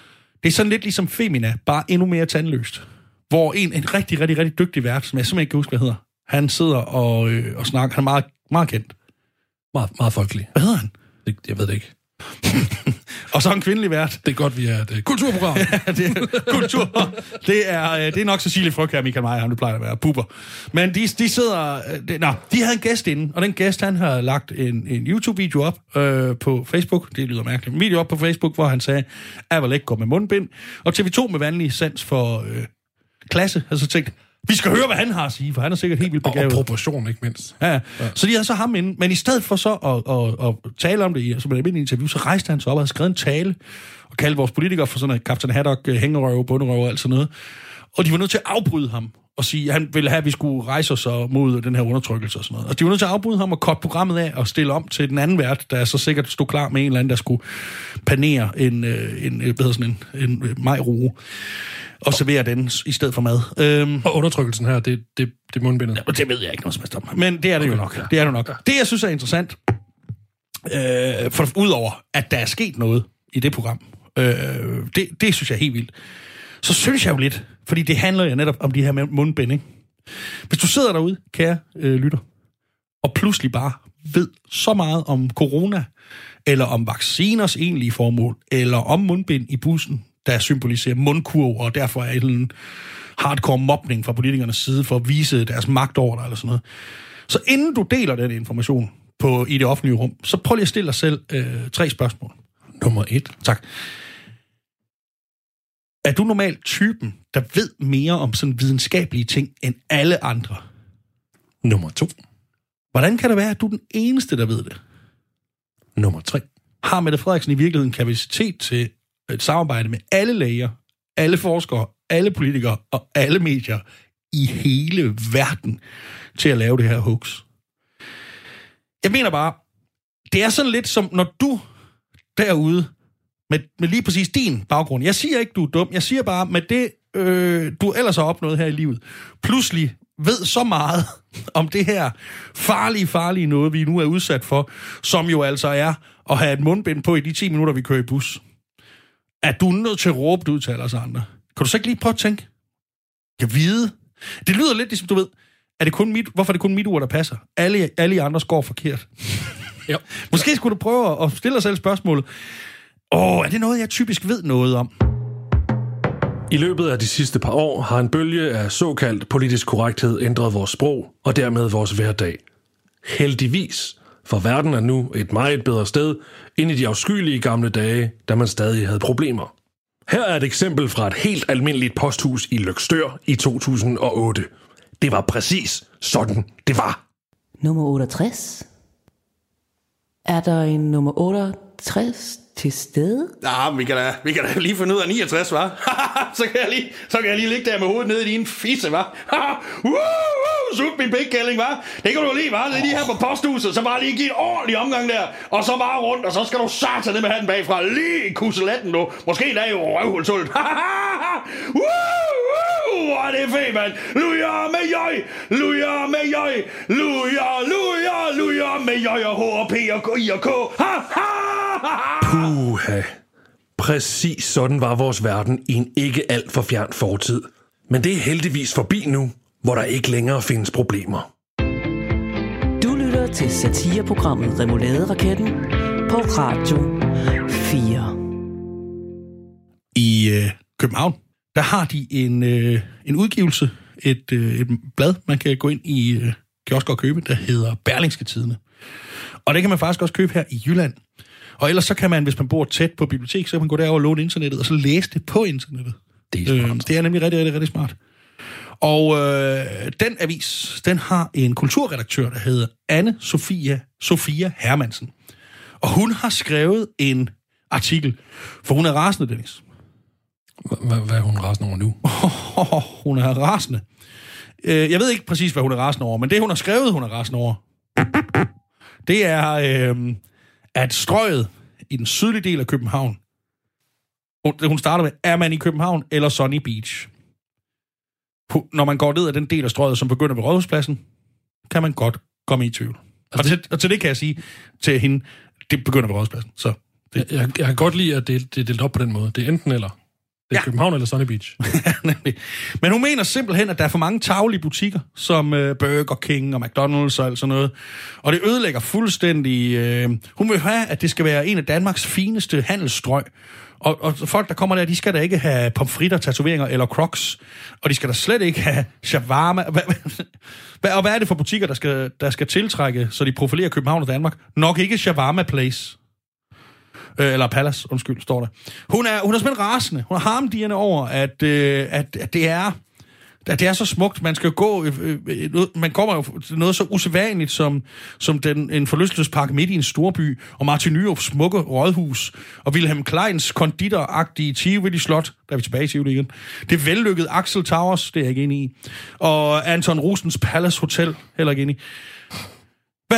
Det er sådan lidt ligesom Femina, bare endnu mere tandløst. Hvor en rigtig, rigtig, rigtig dygtig vært, som jeg simpelthen ikke kan huske, hvad hedder, han sidder og snakker. Han er meget, meget kendt. Meget folkelig. Hvad hedder han? Jeg ved det ikke. Og så en kvindelig vært. Det er godt, vi er et kulturprogram. Ja, det er kultur. Det er nok Cecilie Frøkjær, Michael Meyer, han plejer at være puber. Men de sidder... de havde en gæst inde, og den gæst, han har lagt en YouTube-video op på Facebook. Det lyder mærkeligt. En video op på Facebook, hvor han sagde, jeg vil ikke gå med mundbind. Og TV2 med vanlig sans for klasse, har så tænkt, vi skal høre, hvad han har at sige, for han er sikkert helt vildt begavet. Og proportion, ikke mindst. Ja. Så de havde så ham inde, men i stedet for så at tale om det som et almindeligt interview, så rejste han sig op og havde skrevet en tale, og kaldte vores politikere for sådan en Kaptajn Haddock, hængerøve, bunderøve og alt sådan noget. Og de var nødt til at afbryde ham og sige, at han ville have, at vi skulle rejse os mod den her undertrykkelse og sådan noget. Og de var nødt til at afbryde ham og korte programmet af og stille om til den anden vært, der så sikkert stod klar med en eller anden, der skulle panere en majrue og servere den i stedet for mad. Og undertrykkelsen her, det er mundbindet. Ja, det ved jeg ikke noget som helst om. Men det er det jo nok. Det er det nok. Det, jeg synes er interessant, for udover at der er sket noget i det program, det synes jeg er helt vildt. Så synes jeg jo lidt, fordi det handler jo netop om de her mundbind, ikke? Hvis du sidder derude, kære lytter, og pludselig bare ved så meget om corona, eller om vacciners egentlige formål, eller om mundbind i bussen, der symboliserer mundkurv, og derfor er en hardcore mobning fra politikernes side for at vise deres magt over dig, eller sådan noget. Så inden du deler den information i det offentlige rum, så prøv lige at stille dig selv 3 spørgsmål. Nummer 1. Tak. Er du normalt typen, der ved mere om sådan videnskabelige ting end alle andre? Nummer 2. Hvordan kan det være, at du er den eneste, der ved det? Nummer 3. Har Mette Frederiksen i virkeligheden kapacitet til et samarbejde med alle læger, alle forskere, alle politikere og alle medier i hele verden til at lave det her hoax? Jeg mener bare, det er sådan lidt som, når du derude, med lige præcis din baggrund, jeg siger ikke, du er dum, jeg siger bare, med det, du ellers har opnået her i livet, pludselig ved så meget om det her farlige noget, vi nu er udsat for, som jo altså er at have et mundbind på i de 10 minutter, vi kører i bus. At du er nødt til at råbe det ud til alle os andre. Kan du så ikke lige prøve at tænke? Jeg vide. Det lyder lidt ligesom, du ved, hvorfor er det kun mit ord, der passer? Alle andre går forkert. Jo. Måske skulle du prøve at stille dig selv spørgsmålet. Er det noget, jeg typisk ved noget om? I løbet af de sidste par år har en bølge af såkaldt politisk korrekthed ændret vores sprog og dermed vores hverdag. Heldigvis, for verden er nu et meget bedre sted end i de afskyelige gamle dage, da man stadig havde problemer. Her er et eksempel fra et helt almindeligt posthus i Løgstør i 2008. Det var præcis sådan, det var. Nummer 68. Er der en nummer 68 til stede? Ja, vi kan da lige finde ud af 69, hva'? så kan jeg lige ligge der med hovedet nede i din fisse, hva'? Sut min pikkælling, hva'? Det kan du lige, hva'? Det er lige her på posthuset, så bare lige give en ordentlig omgang der, og så bare rundt, og så skal du satse ned med hatten bagfra, lige i kusseletten, du. Måske der er jo røvhulsult. Hvor er det fedt, mand. Luja med jøj, luja med jøj, luja med jøj, og H og P og K og K. Puha. Præcis sådan var vores verden i en ikke alt for fjern fortid. Men det er heldigvis forbi nu, hvor der ikke længere findes problemer. Du lytter til satireprogrammet Remouladeraketten på Radio 4. I København, der har de en udgivelse, et blad, man kan gå ind i kiosker og købe, der hedder Berlingske Tidende. Og det kan man faktisk også købe her i Jylland. Og ellers så kan man, hvis man bor tæt på bibliotek, så kan man gå derover og låne internettet, og så læse det på internettet. Det er smart. Det er nemlig rigtig, rigtig, rigtig smart. Og den avis, den har en kulturredaktør, der hedder Anne Sofia Hermansen. Og hun har skrevet en artikel, for hun er rasende, Dennis. Hvad er hun rasende over nu? Hun er rasende. Jeg ved ikke præcis, hvad hun er rasende over, men det, hun har skrevet, hun er rasende over, det er, at strøget i den sydlige del af København, hun starter med, er man i København eller Sunny Beach? Når man går ned ad den del af strøget, som begynder ved Rådhuspladsen, kan man godt komme i tvivl. Og til det kan jeg sige til hende, det begynder ved Rådhuspladsen. Så jeg kan godt lide, at det er delt op på den måde. Det er enten eller. Det er København eller Sunny Beach. Men hun mener simpelthen, at der er for mange tarvelige butikker, som Burger King og McDonald's og alt sådan noget. Og det ødelægger fuldstændig... Hun vil have, at det skal være en af Danmarks fineste handelsstrøg. Og folk, der kommer der, de skal da ikke have pomfritter, tatoveringer eller crocs. Og de skal da slet ikke have shawarma. Og hvad er det for butikker, der skal tiltrække, så de profilerer København og Danmark? Nok ikke Shawarma Place. Eller Palace, undskyld, står der. Hun er simpelthen rasende. Hun er harmdirrende over, at det er så smukt. Man skal gå... man kommer jo til noget så usædvanligt som en forlystelsespark midt i en storby, og Martin Nyrup's smukke rådhus, og Wilhelm Kleins konditoragtige Tivoli Slot, der er vi tilbage i Tivoli igen. Det vellykkede Axel Towers, det er jeg ikke enig i. Og Anton Rosens Palace Hotel, heller ikke enig i. Hvad...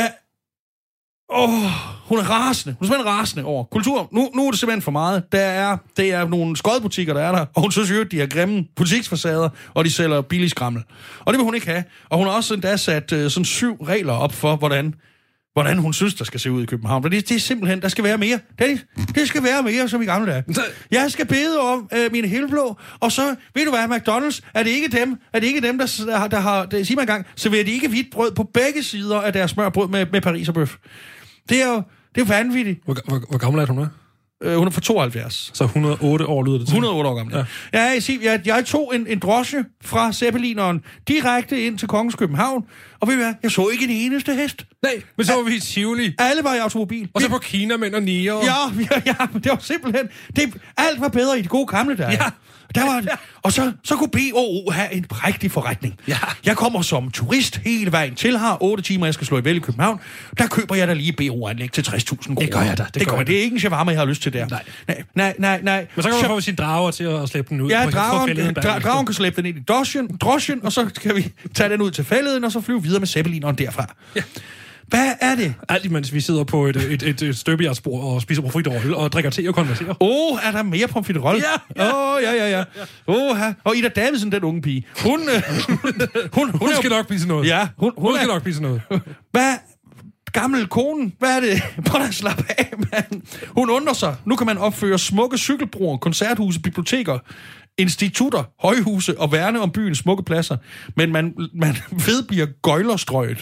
hun er rasende. Hun er simpelthen rasende over kultur. Nu er det simpelthen for meget. Det er nogle skodbutikker, der er der, og hun synes jo, at de har grimme butiksfacader, og de sælger billig skrammel. Og det vil hun ikke have. Og hun har også endda sat sådan 7 regler op for, hvordan hun synes, der skal se ud i København. For det er simpelthen, der skal være mere. Det skal være mere, som i gamle dage. Jeg skal bede om mine helblå, og så, ved du hvad, McDonald's, er det ikke dem, der har, sig mig engang, serverer de ikke hvidt brød på begge sider af deres smørbrød med pariserbøf. Det er jo vanvittigt. Hvor gammel er hun? Hun er fra 72. Så 108 år lyder det til. 108 år gammel. Ja. Jeg tog en drosje fra Zeppelineren direkte ind til Kongens København, og ved du hvad, jeg så ikke en eneste hest. Nej, men så var vi i Tivoli. Alle var i automobil. Og så på Kina, mænd og niger. Ja, det var simpelthen... alt var bedre i de gode gamle dage. Ja. Og så kunne BOO have en prægtig forretning. Ja. Jeg kommer som turist hele vejen til, har 8 timer, jeg skal slå i vel i København. Der køber jeg da lige BO-anlæg til 60.000 kroner. Det gør jeg da. Det er ikke en shawarma, jeg har lyst til der. Nej. Men så kan man få sin drager til at slæbe den ud. Ja, dragen kan slæbe den ind i drosjen, og så kan vi tage den ud til fælleden, og så flyve videre med Zeppelineren derfra. Ja. Hvad er det? Alt imens vi sidder på et støbejernsbord og spiser pomfritter og drikker te og konverserer. Er der mere pomfritter? Ja. Og Ida Davidsen, den unge pige. Hun skal nok spise noget. Ja, hun skal nok spise noget. Hvad? Gammel kone, hvad er det? Prøv at slappe af, mand. Hun undrer sig. Nu kan man opføre smukke cykelbroer, koncerthuse, biblioteker, institutter, højhuse og værne om byens smukke pladser. Men man vedbliver gøjlerstrøget.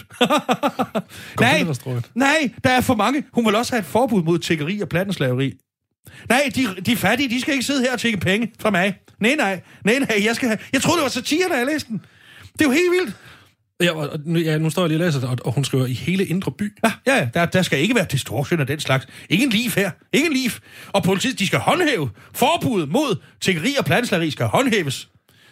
Nej, der er for mange. Hun vil også have et forbud mod tiggeri og plattenslaveri. Nej, de fattige, de skal ikke sidde her og tigge penge fra mig. Nej, jeg troede, det var satire, da jeg læste den. Det er jo helt vildt. Ja, nu står jeg lige og læser det, og hun skriver i hele Indre By. Ja, der skal ikke være distortion af den slags. Ingen liv her. Ingen liv. Og politiet, de skal håndhæve. Forbuddet mod tiggeri og plattenslageri skal håndhæves.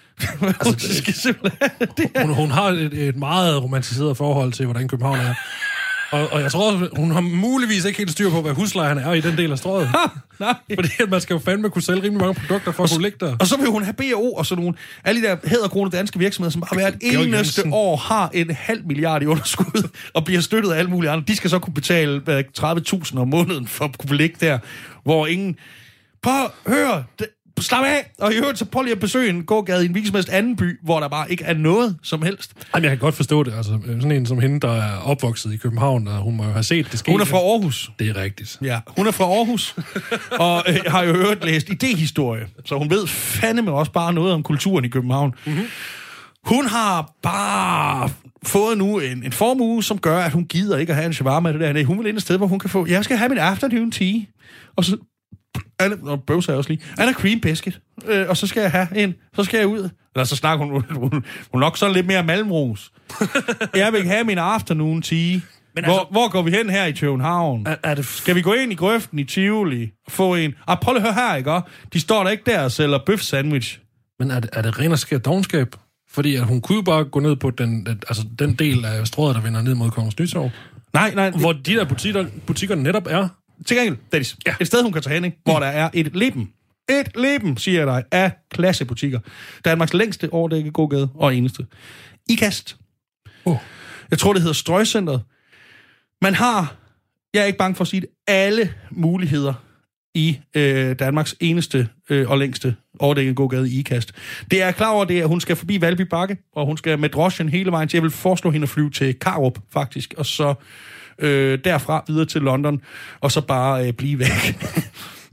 Hun har et meget romantiseret forhold til, hvordan København er. Og jeg tror, hun har muligvis ikke helt styr på, hvad huslejerne er i den del af strøget. Nej. Fordi man skal jo fandme kunne sælge rimelig mange produkter for at kunne ligge der. Og så vil hun have BO og sådan nogle, alle de der hæderkroner danske virksomheder, som bare hvert eneste år har 500 million i underskud og bliver støttet af alle mulige andre. De skal så kunne betale 30.000 om måneden for at kunne ligge der, hvor ingen... Prøv at høre... Slap af, og i øvrigt så prøv lige at besøge en gågade i en hvilken som helst anden by, hvor der bare ikke er noget som helst. Jamen, jeg kan godt forstå det. Altså, sådan en som hende, der er opvokset i København, og hun må jo have set det ske. Hun er fra Aarhus. Det er rigtigt. Ja, hun er fra Aarhus, og har jo hørt læst idéhistorie, så hun ved fandeme også bare noget om kulturen i København. Mm-hmm. Hun har bare fået nu en formue, som gør, at hun gider ikke at have en shawarma det der. Nej, hun vil ind et sted, hvor hun kan få, jeg skal have min afternoon tea, og så... bøvser jeg også lige. Anna cream biscuit. Og så skal jeg have en. Så skal jeg ud. Eller så snakker hun nok sådan lidt mere malmros. Jeg vil have min afternoon tea. Hvor går vi hen her i København? Skal vi gå ind i grøften i Tivoli og få en? Prøv at høre her, ikke? De står der ikke der og sælger bøf sandwich. Men er det ren og skær dovenskab? Fordi at hun kunne bare gå ned på den del af strøget, der vender ned mod Kongens Nytorv. Nej. Hvor de der butikker netop er. Til gengæld, Dennis, et sted, hun kan tage hen, ikke? Hvor der er et leben, siger jeg dig, af klassebutikker. Danmarks længste overdækket gågade og eneste. Ikast. Jeg tror, det hedder Strøgcentret. Man har, jeg er ikke bange for at sige det, alle muligheder i Danmarks eneste og længste overdækket gågade i Ikast. Det er klar over det, at hun skal forbi Valby Bakke, og hun skal med drosjen hele vejen til. Jeg vil foreslå hende at flyve til Karup, faktisk, og så derfra videre til London, og så bare blive væk.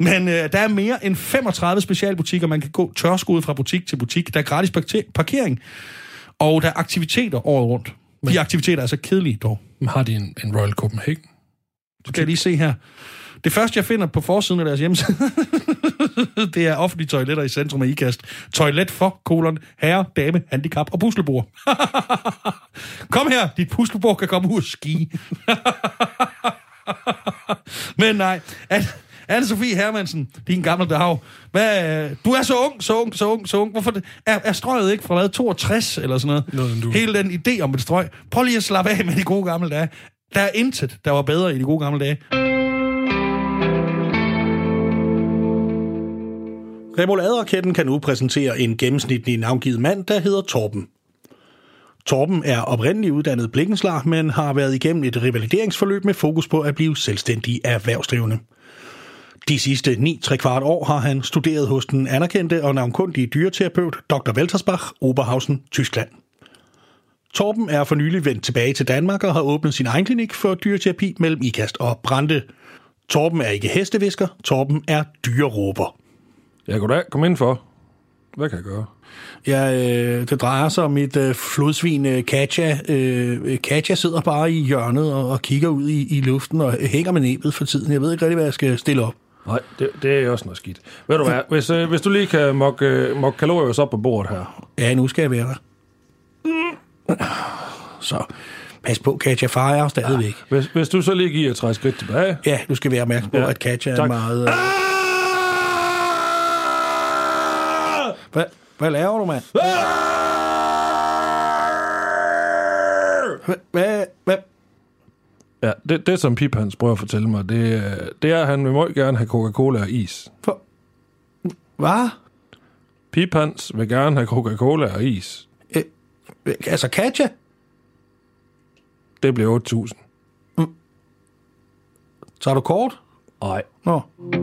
Men der er mere end 35 specialbutikker, man kan gå tørskoet fra butik til butik. Der er gratis parkering, og der er aktiviteter året rundt. De aktiviteter er så kedelige dog. Har de en Royal Copenhagen? Du kan lige se her. Det første, jeg finder på forsiden af deres hjemmeside, det er offentlige toiletter i centrum af Ikast. Toilet for, herre, dame, handicap og puslebord. Kom her, dit puslebord kan komme ud og ski. Men nej, Anne-Sophie Hermansen, din gamle dag. Du er så ung. Hvorfor er strøget ikke fra 62 eller sådan noget? Hele den idé om et strøg. Prøv lige at slappe af med de gode gamle dage. Der er intet, der var bedre i de gode gamle dage. Remoulade-raketten kan nu præsentere en gennemsnitlig navngivet mand, der hedder Torben. Torben er oprindeligt uddannet blikkenslar, men har været igennem et revalideringsforløb med fokus på at blive selvstændig erhvervsdrivende. De sidste 9-3/4 år har han studeret hos den anerkendte og navnkundige dyreterapeut Dr. Weltersbach, Oberhausen, Tyskland. Torben er for nylig vendt tilbage til Danmark og har åbnet sin egen klinik for dyreterapi mellem Ikast og Brande. Torben er ikke hestevisker, Torben er dyreråber. Ja, goddag. Kom indenfor. Hvad kan jeg gøre? Ja, det drejer sig om et flodsvin, Katja. Katja sidder bare i hjørnet og kigger ud i luften og hænger med næbet for tiden. Jeg ved ikke rigtig, hvad jeg skal stille op. Nej, det er også noget skidt. Ved du hvad, hvis du lige kan mokke kalorier op på bordet her. Ja, nu skal jeg være der. Så pas på, Katja. Far er stadigvæk. Hvis du så lige giver 3 skridt tilbage. Ja, du skal være opmærksom på, at Katja er meget... Hvad laver du, mand? Hvad? Ja, det som Pip hans prøver at fortælle mig, det er, at han vil meget gerne have Coca-Cola og is. Hvad? Pip hans vil gerne have Coca-Cola og is. Altså Katja? Det bliver 8.000. Tager du kort? Nej. Nå.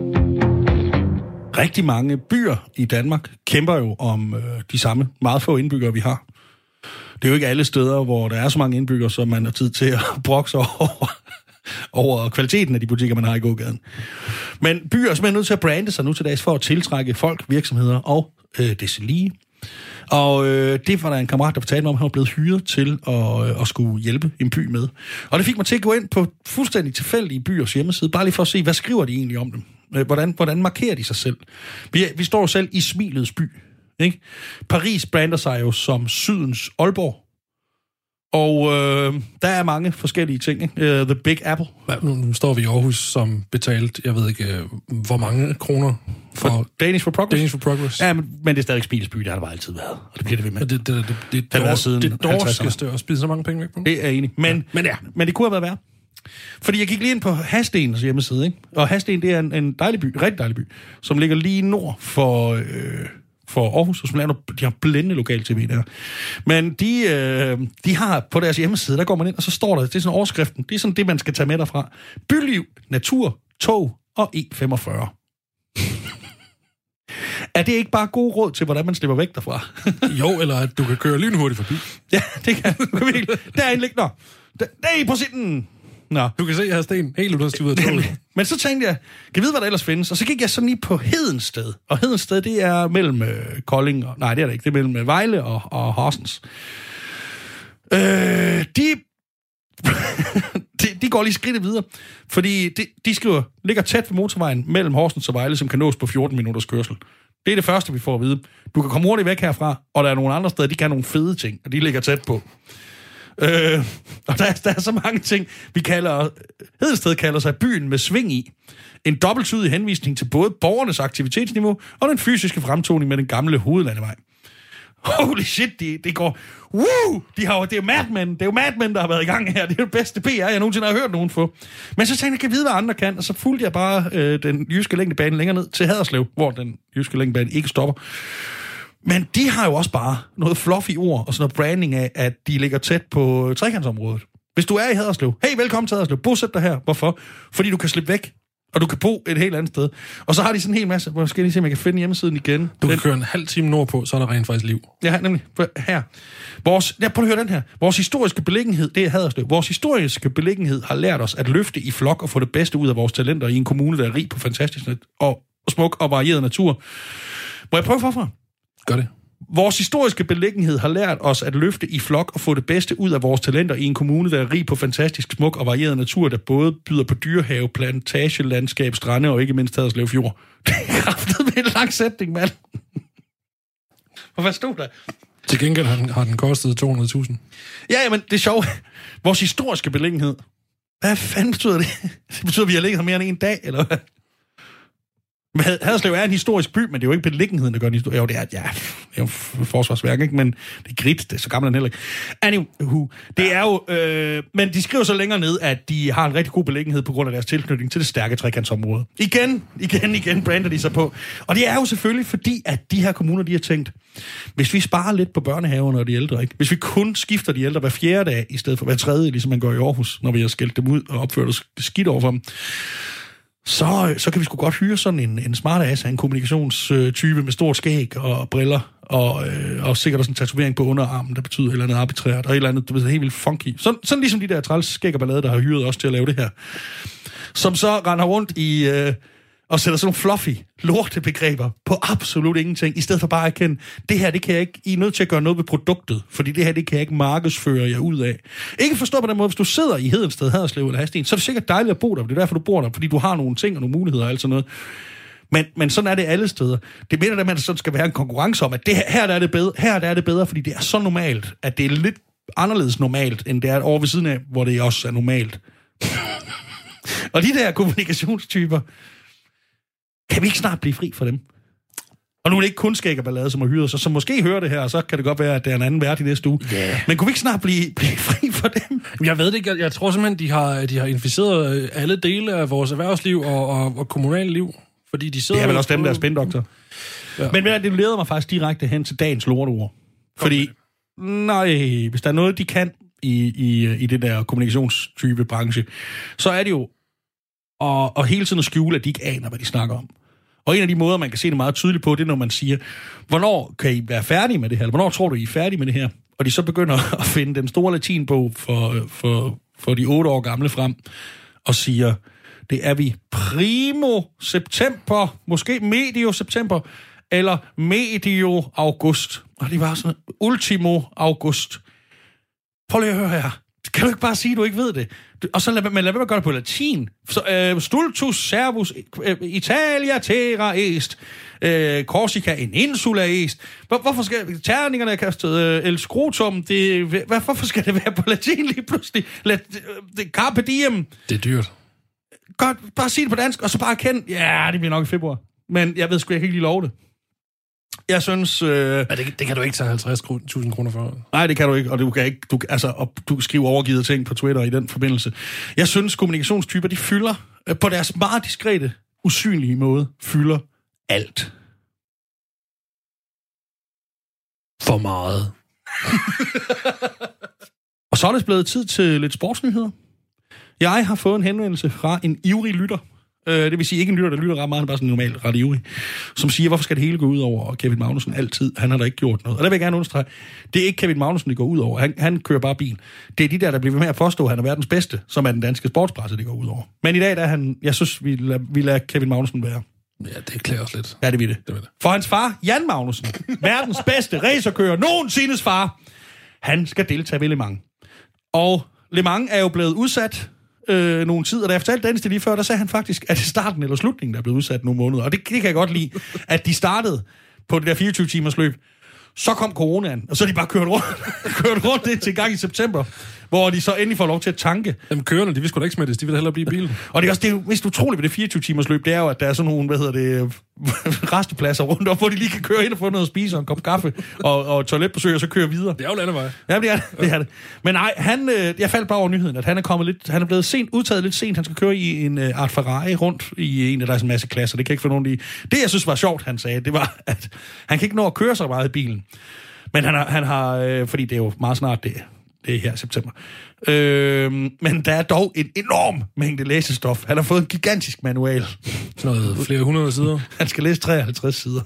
Rigtig mange byer i Danmark kæmper jo om de samme meget få indbyggere, vi har. Det er jo ikke alle steder, hvor der er så mange indbyggere, som man har tid til at brokse over kvaliteten af de butikker, man har i gågaden. Men byer er simpelthen nødt til at brande sig nu til dags for at tiltrække folk, virksomheder og deslige. Og det var der en kammerat, der fortalte mig om, han var blevet hyret til at skulle hjælpe en by med. Og det fik mig til at gå ind på fuldstændig tilfældige byers hjemmeside, bare lige for at se, hvad skriver de egentlig om dem? Hvordan markerer de sig selv? Vi står jo selv i smilets by, ikke? Paris brander sig jo som Sydens Aalborg. Og der er mange forskellige ting, ikke? The Big Apple. Ja, nu står vi i Aarhus, som betalt, jeg ved ikke, hvor mange kroner for Danish for Progress. Danish for Progress. Ja, men det er stadig smilets by, der har det bare altid været. Og det bliver det ved med. Det dårskeste at spise så mange penge væk på. Det er jeg enig. Men det kunne have været værd. Fordi jeg gik lige ind på Hadstenens hjemmeside, ikke? Og Hadsten, det er en dejlig by, rigtig dejlig by, som ligger lige nord for Aarhus, som laver, de har blændende lokal-tv der. Men de har på deres hjemmeside, der går man ind, og så står der, det er sådan overskriften, det er sådan det, man skal tage med derfra. Byliv, natur, tog og E45. Er det ikke bare god råd til, hvordan man slipper væk derfra? Jo, eller at du kan køre lynhurtigt forbi. Ja, det kan du virkelig. Der er en lig, der er på siden. Nå. Du kan se, jeg har sten helt ud af toget. Men så tænkte jeg, kan vide, hvad der ellers findes? Og så gik jeg sådan lige på Hedensted. Og Hedensted, det er mellem Kolding og... Nej, det er det ikke. Det er mellem Vejle og Horsens. De går lige skridtet videre. Fordi de skriver, ligger tæt ved motorvejen mellem Horsens og Vejle, som kan nås på 14 minutters kørsel. Det er det første, vi får at vide. Du kan komme hurtigt væk herfra, og der er nogle andre steder, de kan nogle fede ting, og de ligger tæt på. Og der er så mange ting, Hedensted kalder sig byen med sving i. En dobbelttydig henvisning til både borgernes aktivitetsniveau og den fysiske fremtoning med den gamle hovedlandevej. Holy shit, det går... Woo! Det er jo Mad Men, der har været i gang her. Det er det bedste PR, jeg nogensinde har hørt nogen få. Men så tænkte jeg, kan vide, hvad andre kan, og så fulgte jeg bare den jyske længdebane længere ned til Haderslev, hvor den jyske længdebane ikke stopper. Men de har jo også bare noget fluffy ord og sådan noget branding af, at de ligger tæt på trekantsområdet. Hvis du er i Haderslev, hey, velkommen til Haderslev, bosæt dig her. Hvorfor? Fordi du kan slippe væk, og du kan bo et helt andet sted. Og så har de sådan en hel masse, hvor skal jeg lige se, om jeg kan finde hjemmesiden igen. Du kan køre en halv time nordpå, så er der rent faktisk liv. Ja, nemlig. Her. Prøv at høre den her. Vores historiske beliggenhed, det er Haderslev. Vores historiske beliggenhed har lært os at løfte i flok og få det bedste ud af vores talenter i en kommune, der er rig på fantastisk og smuk og varieret natur. Må jeg prøve forfra? Gør det. Vores historiske beliggenhed har lært os at løfte i flok og få det bedste ud af vores talenter i en kommune, der er rig på fantastisk smuk og varieret natur, der både byder på dyrehave, plantage, landskab, strande og ikke mindst Haderslev Fjord. Det er kraftet med en lang sætning, mand. Hvad stod der? Til gengæld har den kostet 200.000. Ja, men det er sjovt. Vores historiske beliggenhed. Hvad fanden betyder det? Det betyder, at vi har ligget her mere end en dag, eller hvad? Men Haderslev er en historisk by, men det er jo ikke beliggenheden, der gør den historisk. Jo, det er jo forsvarsværk, ikke? Men det er grit, det er så gammel den heller ikke. Anywho, det er jo... men de skriver så længere ned, at de har en rigtig god beliggenhed på grund af deres tilknytning til det stærke trekantsområde. Igen brander de sig på. Og det er jo selvfølgelig fordi, at de her kommuner, de har tænkt, hvis vi sparer lidt på børnehaverne og de ældre, ikke? Hvis vi kun skifter de ældre hver 4. dag, i stedet for hver 3., ligesom man gør i Aarhus, når vi har skældt dem ud og opført os skidt over for dem, så kan vi sgu godt hyre sådan en smart ass af en kommunikationstype med stort skæg og briller, og sikkert også en tatovering på underarmen, der betyder et eller andet arbitrært, og et eller andet, du ved, helt vildt funky. Sådan ligesom de der træls skæg og ballade, der har hyret os til at lave det her. Som så render rundt i... og sætter sådan nogle fluffy lortebegreber på absolut ingenting, i stedet for bare at erkende, det her, det kan jeg ikke, I er nødt til at gøre noget ved produktet, fordi det her, det kan jeg ikke markedsføre jer ud af. Ikke forstå på den måde, hvis du sidder i Hedensted, Haderslev eller Hadsten, så er det sikkert dejligt at bo der, det er derfor, du bor der, fordi du har nogle ting og nogle muligheder og alt sådan noget. Men sådan er det alle steder. Det mener, at man sådan skal være en konkurrence om, at her er det bedre, fordi det er så normalt, at det er lidt anderledes normalt, end det er over ved siden af, hvor det også er normalt. Og de der kommunikationstyper, kan vi ikke snart blive fri for dem? Og nu er det ikke kun skæg og ballade, som har hyret sig, så måske hører det her, og så kan det godt være, at det er en anden vært i næste uge. Yeah. Men kunne vi ikke snart blive fri for dem? Jeg ved det ikke. Jeg tror simpelthen, de har inficeret alle dele af vores erhvervsliv og kommunale liv. Fordi de sidder... Det er vel også dem, der er spindoktor. Ja. Men det leder mig faktisk direkte hen til dagens lorteord. Fordi, hvis der er noget, de kan i det der kommunikationstype branche, så er det jo og hele tiden at skjule, at de ikke aner, hvad de snakker om. Og en af de måder, man kan se det meget tydeligt på, det er, når man siger, hvornår kan I være færdige med det her? Eller hvornår tror du, I er færdige med det her? Og de så begynder at finde den store latinbog for de 8 år gamle frem, og siger, det er vi primo september, måske medio september, eller medio august. Og det var sådan, ultimo august. Prøv lige at høre her. Kan du ikke bare sige, at du ikke ved det? Og så lad være med at gøre det på latin. Stultus servus Italia terra est. Corsica in insula est. Hvorfor skal terningerne kastet el scrotum? Hvorfor skal det være på latin lige pludselig? Carpe diem. Det er dyrt. Godt, bare sig det på dansk, og så bare erkende, ja, det bliver nok i februar. Men jeg ved sgu, jeg kan ikke lige love det. Jeg synes... Det kan du ikke tage 50.000 kroner for. Nej, det kan du ikke, og du kan ikke... Du skriver overgivet ting på Twitter i den forbindelse. Jeg synes, kommunikationstyper, de fylder på deres meget diskrete, usynlige måde, fylder alt. For meget. Og så er det blevet tid til lidt sportsnyheder. Jeg har fået en henvendelse fra en ivrig lytter. Det vil sige ikke en lytter, der lytter ret meget, han er bare sådan normalt ret ivrig, som siger, hvorfor skal det hele gå ud over Kevin Magnussen altid? Han har da ikke gjort noget. Og der vil jeg gerne understrege, det er ikke Kevin Magnussen, det går ud over. Han kører bare bil. Det er de der bliver ved med at påstå, at han er verdens bedste, som er den danske sportspresse, det går ud over. Men i dag der er han, jeg synes, vi lader Kevin Magnussen være. Ja, det klæder os lidt. Ja, det vil det. For hans far, Jan Magnussen, verdens bedste racerkører, nogensindes far, han skal deltage ved Le Mans. Og Le Mans er jo blevet udsat nogle tid, og da jeg fortalte Dennis det lige før, der sagde han faktisk, at det starten eller slutningen, der er blevet udsat nogle måneder. Og det kan jeg godt lide, at de startede på det der 24 timers løb. Så kom coronaen, og så er de bare kørt rundt det til gang i september, hvor de så endelig får lov til at tanke. Jamen kørerne, de vil sgu da ikke smittes, de vil hellere blive i bilen. Og det er også det mest utroligt ved det 24 timers løb, det er jo, at der er sådan nogle, rastepladser rundt op, hvor de lige kan køre ind og få noget at spise og en kop kaffe og toiletbesøg, og så køre videre. Det er jo landevej. Ja, det er det. Men nej, jeg faldt bare over nyheden, at han er blevet udtaget lidt sent. Han skal køre i en Art Ferrari rundt i en af deres masse klasser. Det kan ikke få nogen i. Det, jeg synes var sjovt, han sagde, det var, at han kan ikke nå at køre så meget i bilen. Men han har fordi det er jo meget snart det er her i september. Men der er dog en enorm mængde læsestof. Han har fået en gigantisk manual. Sådan noget flere 100 sider. Han skal læse 53 sider.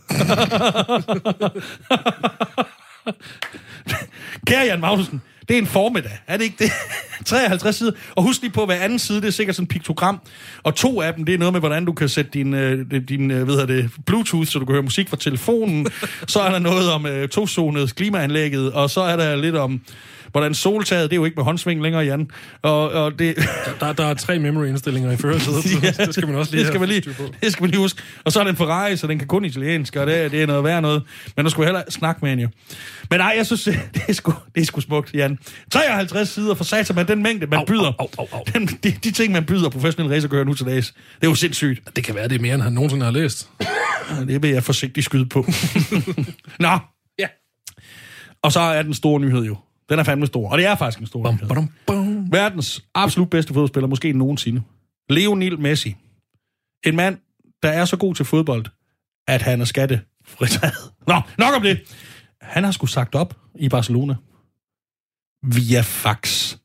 Kære Jan Magnussen, det er en formiddag. Er det ikke det? 53 sider. Og husk lige på, hver anden side, det er sikkert sådan en piktogram. Og 2 af dem, det er noget med, hvordan du kan sætte din Bluetooth, så du kan høre musik fra telefonen. Så er der noget om tozonet klimaanlægget, og så er der lidt om, hvordan soltaget, det er jo ikke med håndsving længere, Jan. Og det... Der er 3 memory-indstillinger i førersædet, ja, det skal man også lige det skal man lige huske. Og så er den Ferrari, så den kan kun italiensk, og det er noget værd noget. Men du skulle heller snakke med hende jo. Men nej, jeg synes, det er sgu smukt, Jan. 53 sider for satan, men den mængde, man byder. De ting, man byder professionelle racerkører nu til dags, det er jo sindssygt. Det kan være, det er mere, end han nogensinde har læst. Det vil jeg forsigtigt skyde på. Nå. Ja. Og så er den store nyhed jo. Den er fandme stor, og det er faktisk en stor nyhed. Verdens absolut bedste fodboldspiller, måske nogensinde. Lionel Messi. En mand, der er så god til fodbold, at han er skattefritaget. Nå, nok om det. Han har sgu sagt op i Barcelona. Via fax.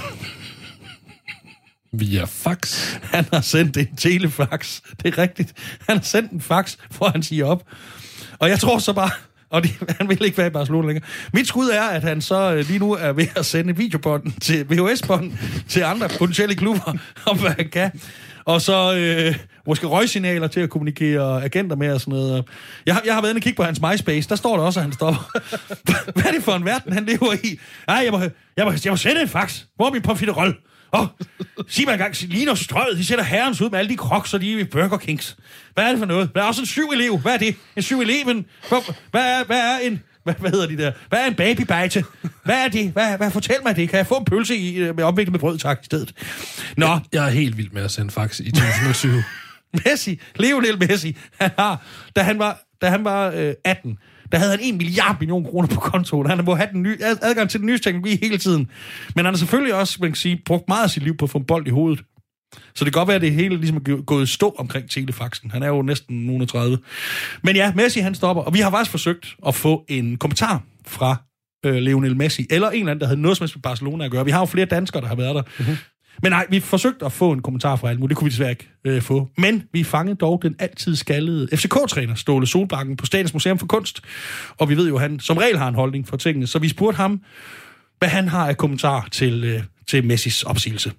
Via fax? Han har sendt en telefax. Det er rigtigt. Han har sendt en fax, hvor han siger op. Og jeg tror så bare... Og han vil ikke være i Barcelona længere. Mit skud er, at han så lige nu er ved at sende videobånd til VHS-bånd til andre potentielle klubber, om hvad han kan. Og så måske røgsignaler til at kommunikere agenter med og sådan noget. Jeg har været inde og kigge på hans MySpace. Der står der også, at han stopper. Hvad er det for en verden, han lever i? Nej, jeg må sende en fax. Hvor er min pomfiterol? Sig mig engang, Linus Strøget, de sætter herrens ud med alle de crocs og de Burger Kings. Hvad er det for noget? Der er også en 7-elev. Hvad er det? En 7-eleven? Hvad hedder de der? Hvad er en babybejte? Hvad er det? Fortæl mig det. Kan jeg få en pølse med omviklet med brød, tak, i stedet? Nå. Jeg er helt vild med at sende fax i 2020. Messi, Lionel Messi, da han var 18, der havde han 1 milliard kroner på kontoen. Han må have den adgang til den nye teknologi hele tiden. Men han har selvfølgelig også, man kan sige, brugt meget af sit liv på at få en bold i hovedet. Så det kan godt være, at det hele ligesom er gået stå omkring telefaxen. Han er jo næsten 30. Men ja, Messi han stopper. Og vi har faktisk forsøgt at få en kommentar fra Lionel Messi, eller en eller anden, der havde noget som helst med Barcelona at gøre. Vi har jo flere danskere, der har været der. Mm-hmm. Men nej, vi forsøgte at få en kommentar fra Almo. Det kunne vi desværre ikke få. Men vi fangede dog den altid skaldede FCK-træner, Ståle Solbakken, på Statens Museum for Kunst. Og vi ved jo, at han som regel har en holdning for tingene. Så vi spurgte ham, hvad han har af kommentar til Messis opsigelse.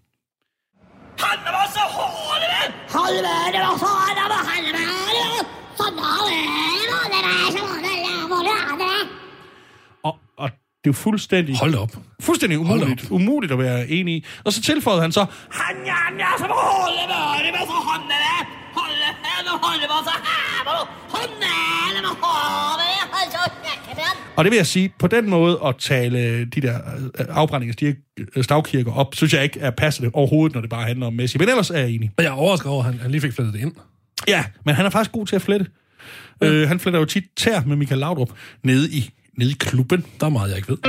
Og det er jo fuldstændig... Hold op. Fuldstændig umuligt at være enig i. Og så tilføjede han så... Og det vil jeg sige, på den måde at tale de der stavkirker op, synes jeg ikke er passende overhovedet, når det bare handler om Messi. Men ellers er jeg enig. Og jeg er overrasket over, at han lige fik flettet det ind. Ja, men han er faktisk god til at flette. Ja. Han fletter jo tit tær med Michael Laudrup nede i klubben. Der er meget, jeg ikke ved.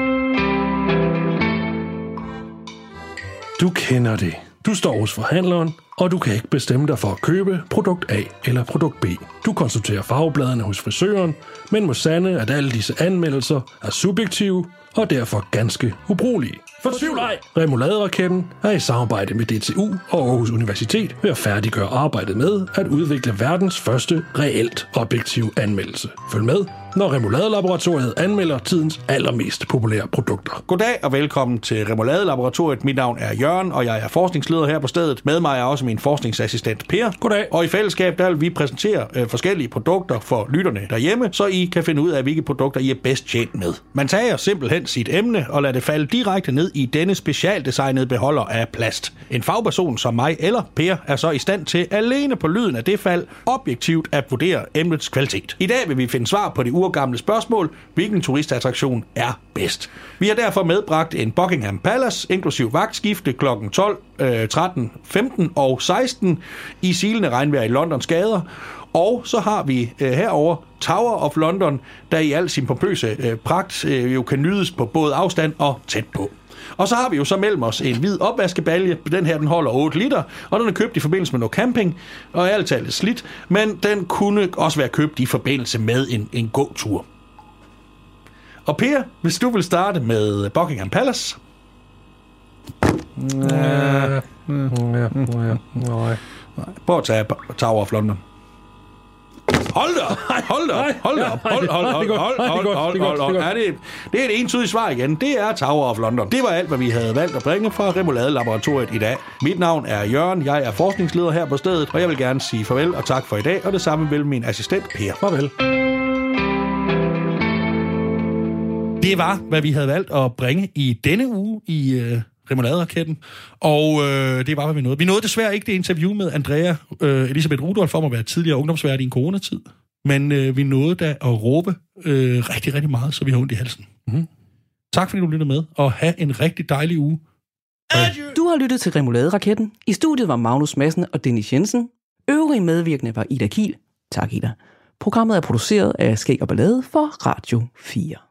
Du kender det. Du står hos forhandleren, og du kan ikke bestemme dig for at købe produkt A eller produkt B. Du konsulterer farvebladene hos frisøren, men må sande, at alle disse anmeldelser er subjektive og derfor ganske ubrugelige. Fortvivl ej! Remoulade-raketten er i samarbejde med DTU og Aarhus Universitet ved at færdiggøre arbejdet med at udvikle verdens første reelt objektive anmeldelse. Følg med, når Remoulade-laboratoriet anmelder tidens allermest populære produkter. Goddag og velkommen til Remoulade-laboratoriet. Mit navn er Jørgen, og jeg er forskningsleder her på stedet. Med mig er også min forskningsassistent Per. Goddag. Og i fællesskab der vil vi præsentere forskellige produkter for lytterne derhjemme, så I kan finde ud af, hvilke produkter I er bedst tjent med. Man tager simpelthen sit emne og lader det falde direkte ned i denne specialdesignede beholder af plast. En fagperson som mig eller Per er så i stand til alene på lyden af det fald objektivt at vurdere emnets kvalitet. I dag vil vi finde svar på det urgamle spørgsmål, hvilken turistattraktion er bedst. Vi har derfor medbragt en Buckingham Palace, inklusiv vagtskifte kl. 12, 13, 15 og 16 i silende regnvejr i Londons gader. Og så har vi herover Tower of London, der i al sin pompøse pragt jo kan nydes på både afstand og tæt på. Og så har vi jo så mellem os en hvid opvaskebalje. Den her, den holder 8 liter, og den er købt i forbindelse med noget camping, og er ærligt talt slidt, men den kunne også være købt i forbindelse med en gåtur. Og Per, hvis du vil starte med Buckingham Palace. Prøv at tage Tower of London. Det er et entydigt svar igen. Det er Tower of London. Det var alt, hvad vi havde valgt at bringe fra Remoulade-laboratoriet i dag. Mit navn er Jørgen, jeg er forskningsleder her på stedet, og jeg vil gerne sige farvel og tak for i dag, og det samme vil min assistent Per. Farvel. Det var, hvad vi havde valgt at bringe i denne uge i Remoulade-raketten, og det var, hvad vi nåede. Vi nåede desværre ikke det interview med Andrea Elisabeth Rudolph om at være tidligere ungdomsvært i en coronatid, men vi nåede da at råbe rigtig, rigtig meget, så vi har ondt i halsen. Mm-hmm. Tak fordi du lyttede med, og have en rigtig dejlig uge. Du har lyttet til Remoulade-raketten. I studiet var Magnus Madsen og Dennis Jensen. Øvrige medvirkende var Ida Kiel. Tak, Ida. Programmet er produceret af Skæg og Ballade for Radio 4.